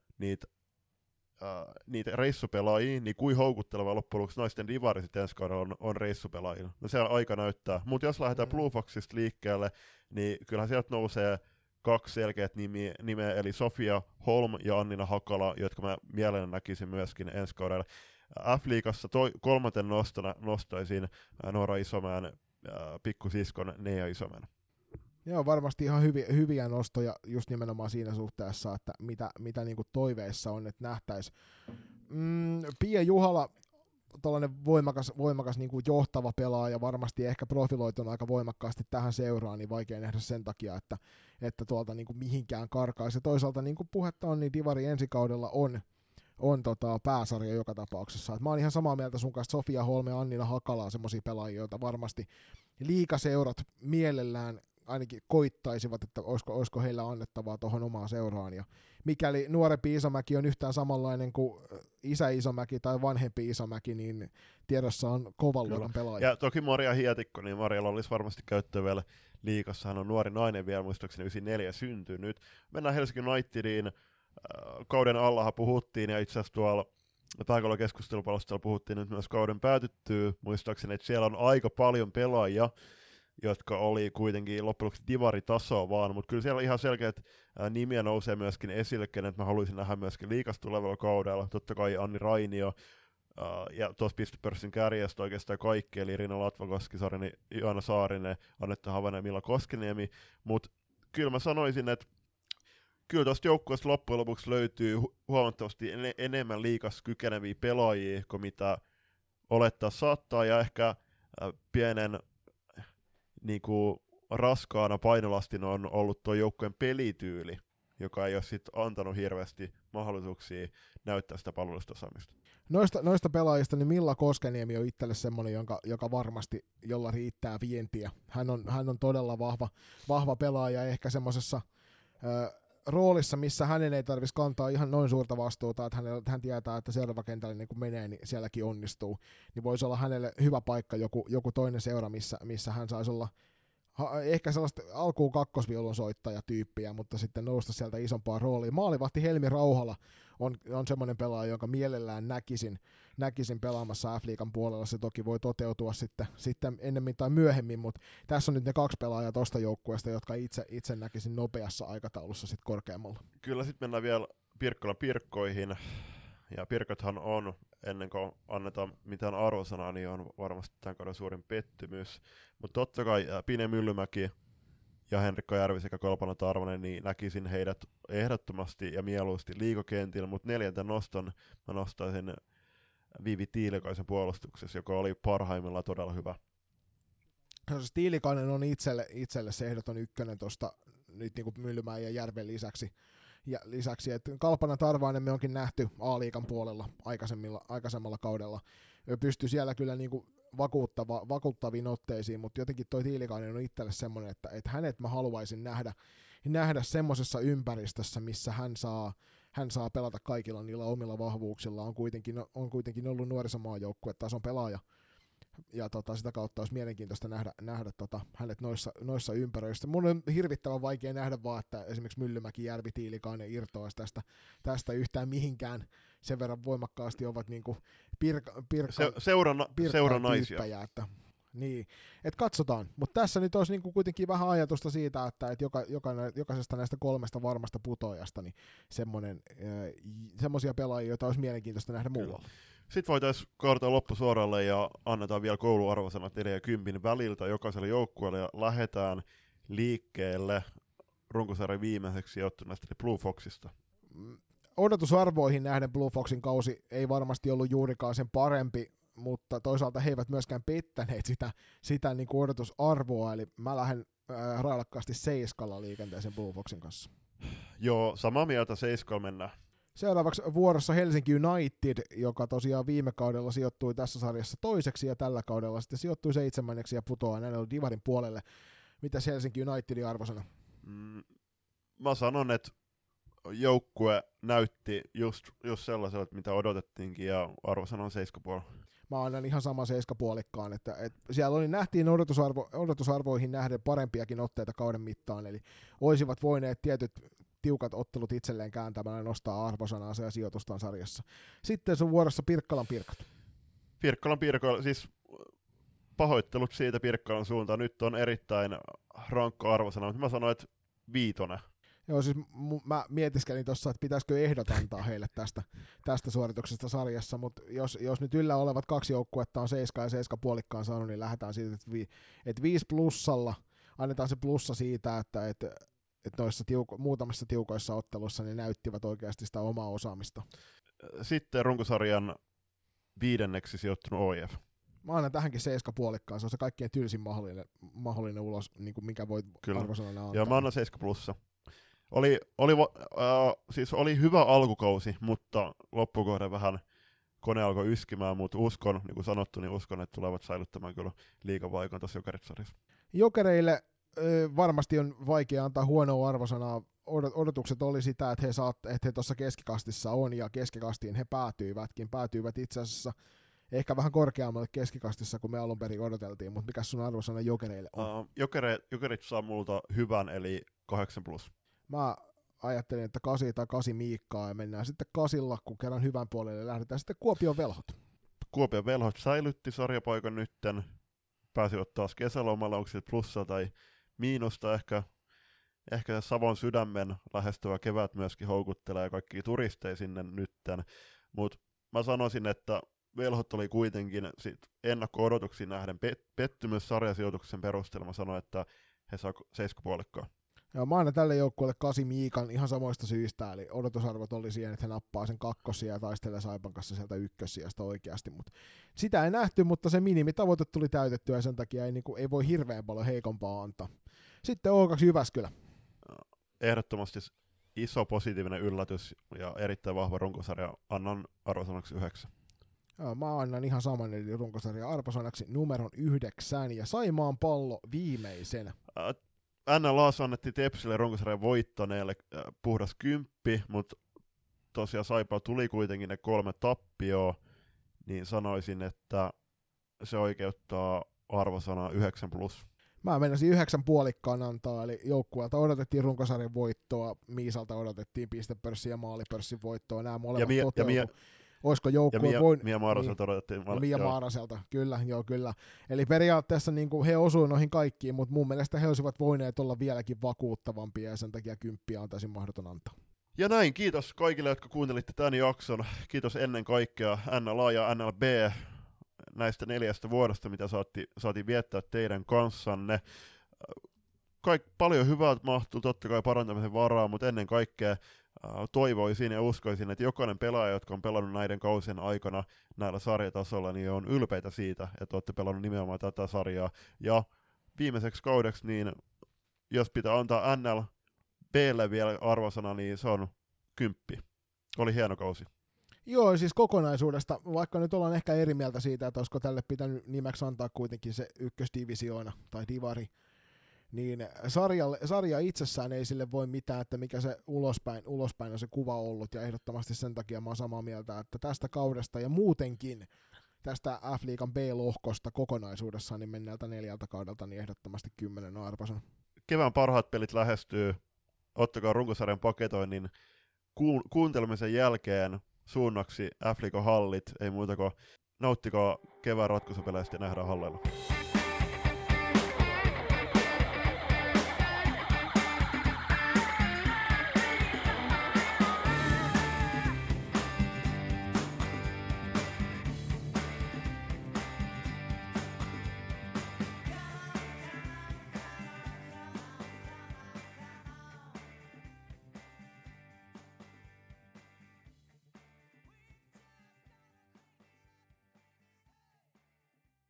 niitä reissupelaajia, niin kuin houkutteleva loppujen lopuksi naisten divari sitten ensi kaudella on reissupelaajilla. No se on aika näyttää. Mutta jos lähdetään Blue Foxista liikkeelle, niin kyllähän sieltä nousee 2 selkeät nimeä, eli Sofia Holm ja Annina Hakala, jotka mä mielelläni näkisin myöskin ensi kaudella. F-liigassa 3. nostaisin Noora Isomäen pikkusiskon Nea Isomäen. Joo, varmasti ihan hyviä nostoja just nimenomaan siinä suhteessa, että mitä niinku toiveissa on, että nähtäisiin. Pia Juhala, tällainen voimakas niinku johtava pelaaja, varmasti ehkä profiloitunut aika voimakkaasti tähän seuraan, niin vaikea nähdä sen takia, että tuolta niinku mihinkään karkaisi. Ja toisaalta niin kuin puhetta on, niin Divari ensi kaudella on pääsarja joka tapauksessa. Et mä oon ihan samaa mieltä sun kanssa, Sofia Holme ja Annina Hakala on semmosia pelaajia, joita varmasti liigaseurat mielellään ainakin koittaisivat, että olisiko heillä annettavaa tuohon omaan seuraan. Ja mikäli nuorempi Isomäki on yhtään samanlainen kuin isä Isomäki tai vanhempi Isomäki, niin tiedossa on kovan luokan pelaaja. Ja toki Maria Hietikko, niin Marialla olisi varmasti käyttöä vielä liigassa. Hän on nuori nainen vielä, muistaakseni 94 syntynyt. Mennään Helsingin Unitediin. Kauden allahan puhuttiin, ja itse asiassa tuolla pääkallokeskustelupalostalla puhuttiin nyt myös kauden päätyttyy. Muistaakseni, että siellä on aika paljon pelaajia, jotka oli kuitenkin loppujen lopuksi divaritasoa vaan, mutta kyllä siellä ihan selkeät nimiä nousee myöskin esille, kenet mä haluaisin nähdä myöskin liigas tulevalla kaudella. Totta kai Anni Rainio, ja tuossa pistepörssin kärjestä oikeastaan kaikki, eli Riina Latvakoski-Sarinen, Joona Saarinen, Anette Havanen ja Milla Koskiniemi, mutta kyllä mä sanoisin, että kyllä tuosta joukkueesta loppujen lopuksi löytyy huomattavasti enemmän liigas kykeneviä pelaajia kuin mitä olettaa saattaa, ja ehkä pienen niinku, raskaana painolastin on ollut tuo joukkueen pelityyli, joka ei ole sit antanut hirveästi mahdollisuuksia näyttää sitä palvelustasaamista. Noista pelaajista niin Milla Koskeniemi on itselle semmoinen, joka varmasti, jolla riittää vientiä. Hän on todella vahva pelaaja, ehkä semmoisessa roolissa, missä hänen ei tarvitsisi kantaa ihan noin suurta vastuuta, että hän tietää, että seuraava kentälle niin kun menee, niin sielläkin onnistuu. Niin voisi olla hänelle hyvä paikka joku toinen seura, missä hän saisi olla ehkä sellaista alkuun kakkosviulun soittajatyyppiä, mutta sitten nousta sieltä isompaa roolia. Maalivahti Helmi Rauhala on semmoinen pelaaja, jonka mielellään näkisin pelaamassa F-liigan puolella. Se toki voi toteutua sitten ennemmin tai myöhemmin, mutta tässä on nyt ne 2 pelaajaa tuosta joukkueesta, jotka itse näkisin nopeassa aikataulussa sitten korkeammalla. Kyllä sitten mennään vielä Pirkkolan Pirkkoihin, ja Pirkothan on, ennen kuin annetaan mitään arvosanaa, niin on varmasti tämän kauden suurin pettymys. Mutta totta kai Pine Myllymäki ja Henrikko Järvi sekä Kolpana Tarvonen, niin näkisin heidät ehdottomasti ja mieluusti liigakentillä, mutta 4. noston mä nostaisin Viivi Tiilikaisen puolustuksessa, joka oli parhaimmillaan todella hyvä. Tiilikainen on itselle se ehdoton ykkönen tuosta nyt niin kuin Myllymäen ja Järven lisäksi, että Kalpana Tarvainen me onkin nähty A-liigan puolella aikaisemmalla kaudella. Pystyy siellä kyllä niin kuin vakuuttaviin otteisiin, mutta jotenkin toi Tiilikainen on itselle semmoinen, että hänet mä haluaisin nähdä semmoisessa ympäristössä, missä hän saa pelata kaikilla niillä omilla vahvuuksilla. On kuitenkin ollut nuorisomaajoukkuetason pelaaja. Ja sitä kautta olisi mielenkiintoista nähdä hänet noissa ympäröissä. Mun on hirvittävän vaikea nähdä vaan, että esimerkiksi Myllymäki, Järvi, Tiilikainen irtoaisi tästä yhtään mihinkään. Sen verran voimakkaasti ovat niinku seuranaisia. Niin, että katsotaan. Mutta tässä nyt olisi niinku kuitenkin vähän ajatusta siitä, että jokaisesta näistä 3 varmasta putoajasta niin semmoisia pelaajia, joita olisi mielenkiintoista nähdä muualla. Sitten voitaisiin kaartaa loppusuoralle ja annetaan vielä kouluarvosanat 4 ja 10 väliltä jokaiselle joukkueelle ja lähdetään liikkeelle runkosarjan viimeiseksi sijoittuneesta eli Blue Foxista. Odotusarvoihin nähden Blue Foxin kausi ei varmasti ollut juurikaan sen parempi, mutta toisaalta he eivät myöskään pettäneet sitä niin kuin odotusarvoa, eli mä lähden railakkaasti 7 liikenteeseen Blue Foxin kanssa. Joo, samaa mieltä 7 mennään. Seuraavaksi vuorossa Helsinki United, joka tosiaan viime kaudella sijoittui tässä sarjassa 2. ja tällä kaudella sitten sijoittui 7. ja putoaa näin ollen divarin puolelle. Mitäs Helsinki Unitedin arvosana? Mä sanon, että joukkue näytti just sellaiselta, mitä odotettiinkin, ja arvosana on 7,5. Mä annan ihan sama 7,5, että siellä nähtiin odotusarvoihin nähden parempiakin otteita kauden mittaan, eli olisivat voineet tietyt tiukat ottelut itselleen kääntämällä nostaa arvosanaansa ja sijoitustaan sarjassa. Sitten sun vuorossa Pirkkalan Pirkat. Pirkkalan Pirkat, siis pahoittelut siitä Pirkkalan suuntaan. Nyt on erittäin rankka arvosana, mutta mä sanoin, että 5. Joo, siis mä mietiskelin tuossa, että pitäisikö ehdot antaa heille tästä suorituksesta sarjassa, mutta jos nyt yllä olevat 2 joukkuetta on 7 ja 7,5 saanut, niin lähdetään siitä, että 5 plussalla, annetaan se plussa siitä, että noissa muutamissa tiukoissa otteluissa ne näyttivät oikeasti sitä omaa osaamista. Sitten runkosarjan 5. sijoittunut OIF. Mä annan tähänkin 7,5, se on se kaikkein tylsin mahdollinen ulos, niin kuin mikä voi arvosanana antaa. Joo, mä annan 7 plussa. Oli hyvä alkukausi, mutta loppukohde vähän kone alkoi yskimään, mutta uskon, niin kuin sanottu, niin uskon, että tulevat säilyttämään kyllä liigapaikan tuossa Jokerit-sarjassa. Jokereille varmasti on vaikea antaa huonoa arvosanaa. Odotukset oli sitä, että he tuossa keskikastissa on, ja keskikastiin he päätyivät itse asiassa ehkä vähän korkeammalle keskikastissa, kuin me alun perin odoteltiin, mutta mikä sun arvosana Jokereille on? Jokerit saa multa hyvän, eli 8+. Mä ajattelin, että 8 tai 8 Miikkaa, ja mennään sitten 8, kun kerran hyvän puolelle lähdetään sitten Kuopion Velhot. Kuopion Velhot säilytti sarjapaikan nytten, pääsivät taas kesälomalle, onko se plussaa tai miinusta, ehkä Savon sydämen lähestyvä kevät myöskin houkuttelee kaikkia turisteja sinne nytten, mutta mä sanoisin, että velhot oli kuitenkin sit ennakko-odotuksiin nähden pettymys sarjasijoituksen perusteella. Mä sanoin, että he saa 7,5. Joo, mä annan tälle joukkueelle 8 miikan ihan samoista syistä, eli odotusarvot oli siihen, että he nappaa sen 2. ja taistelee Saipan kanssa sieltä 1. oikeasti, mutta sitä ei nähty, mutta se minimitavoite tuli täytettyä ja sen takia ei voi hirveän paljon heikompaa antaa. Sitten O2 Jyväskylä. Ehdottomasti iso positiivinen yllätys ja erittäin vahva runkosarja. Annan arvosanaksi 9. Joo, mä annan ihan saman, eli runkosarja arvosanaksi numeron 9 ja Saimaan Pallo viimeisenä. NLA:ssa annettiin Tepsille runkosarjan voittaneelle puhdas 10, mutta tosiaan Saipaa tuli kuitenkin ne 3 tappioa, niin sanoisin, että se oikeuttaa arvosanaa 9+. Mä menisin 9 puolikkaan antaa, eli joukkueelta odotettiin runkosarjan voittoa, Miisalta odotettiin pistepörssin ja maalipörssin voittoa, nämä molemmat toteutu. Olisiko joukkue voinut... Mia Maaraselta odotettiin. Mia Maaraselta, kyllä. Eli periaatteessa niin he osuivat noihin kaikkiin, mutta mun mielestä he olisivat voineet olla vieläkin vakuuttavampia, ja sen takia 10 on täysin mahdoton antaa. Ja näin, kiitos kaikille, jotka kuuntelitte tämän jakson. Kiitos ennen kaikkea NLA ja NLB näistä 4 vuodesta, mitä saatiin viettää teidän kanssanne. Paljon hyvää mahtuu, totta kai parantamisen varaa, mutta ennen kaikkea toivoisin ja uskoisin, että jokainen pelaaja, jotka on pelannut näiden kausien aikana näillä sarjatasolla, niin on ylpeitä siitä, että olette pelannut nimenomaan tätä sarjaa. Ja viimeiseksi kaudeksi, niin jos pitää antaa NLBlle vielä arvosana, niin se on 10. Oli hieno kausi. Joo, siis kokonaisuudesta, vaikka nyt ollaan ehkä eri mieltä siitä, että olisiko tälle pitänyt nimeksi antaa kuitenkin se ykkösdivisioona tai divari, niin sarja itsessään ei sille voi mitään, että mikä se ulospäin on se kuva ollut, ja ehdottomasti sen takia mä oon samaa mieltä, että tästä kaudesta ja muutenkin tästä F-liigan B-lohkosta kokonaisuudessaan niin menneeltä 4 kaudelta niin ehdottomasti 10 arvosana. Kevään parhaat pelit lähestyy, ottakaa runkosarjan paketoinnin kuuntelemisen jälkeen suunnaksi F-liigan hallit, ei muuta kuin nauttikaa kevään ratkaisupeleistä ja nähdään halleilla.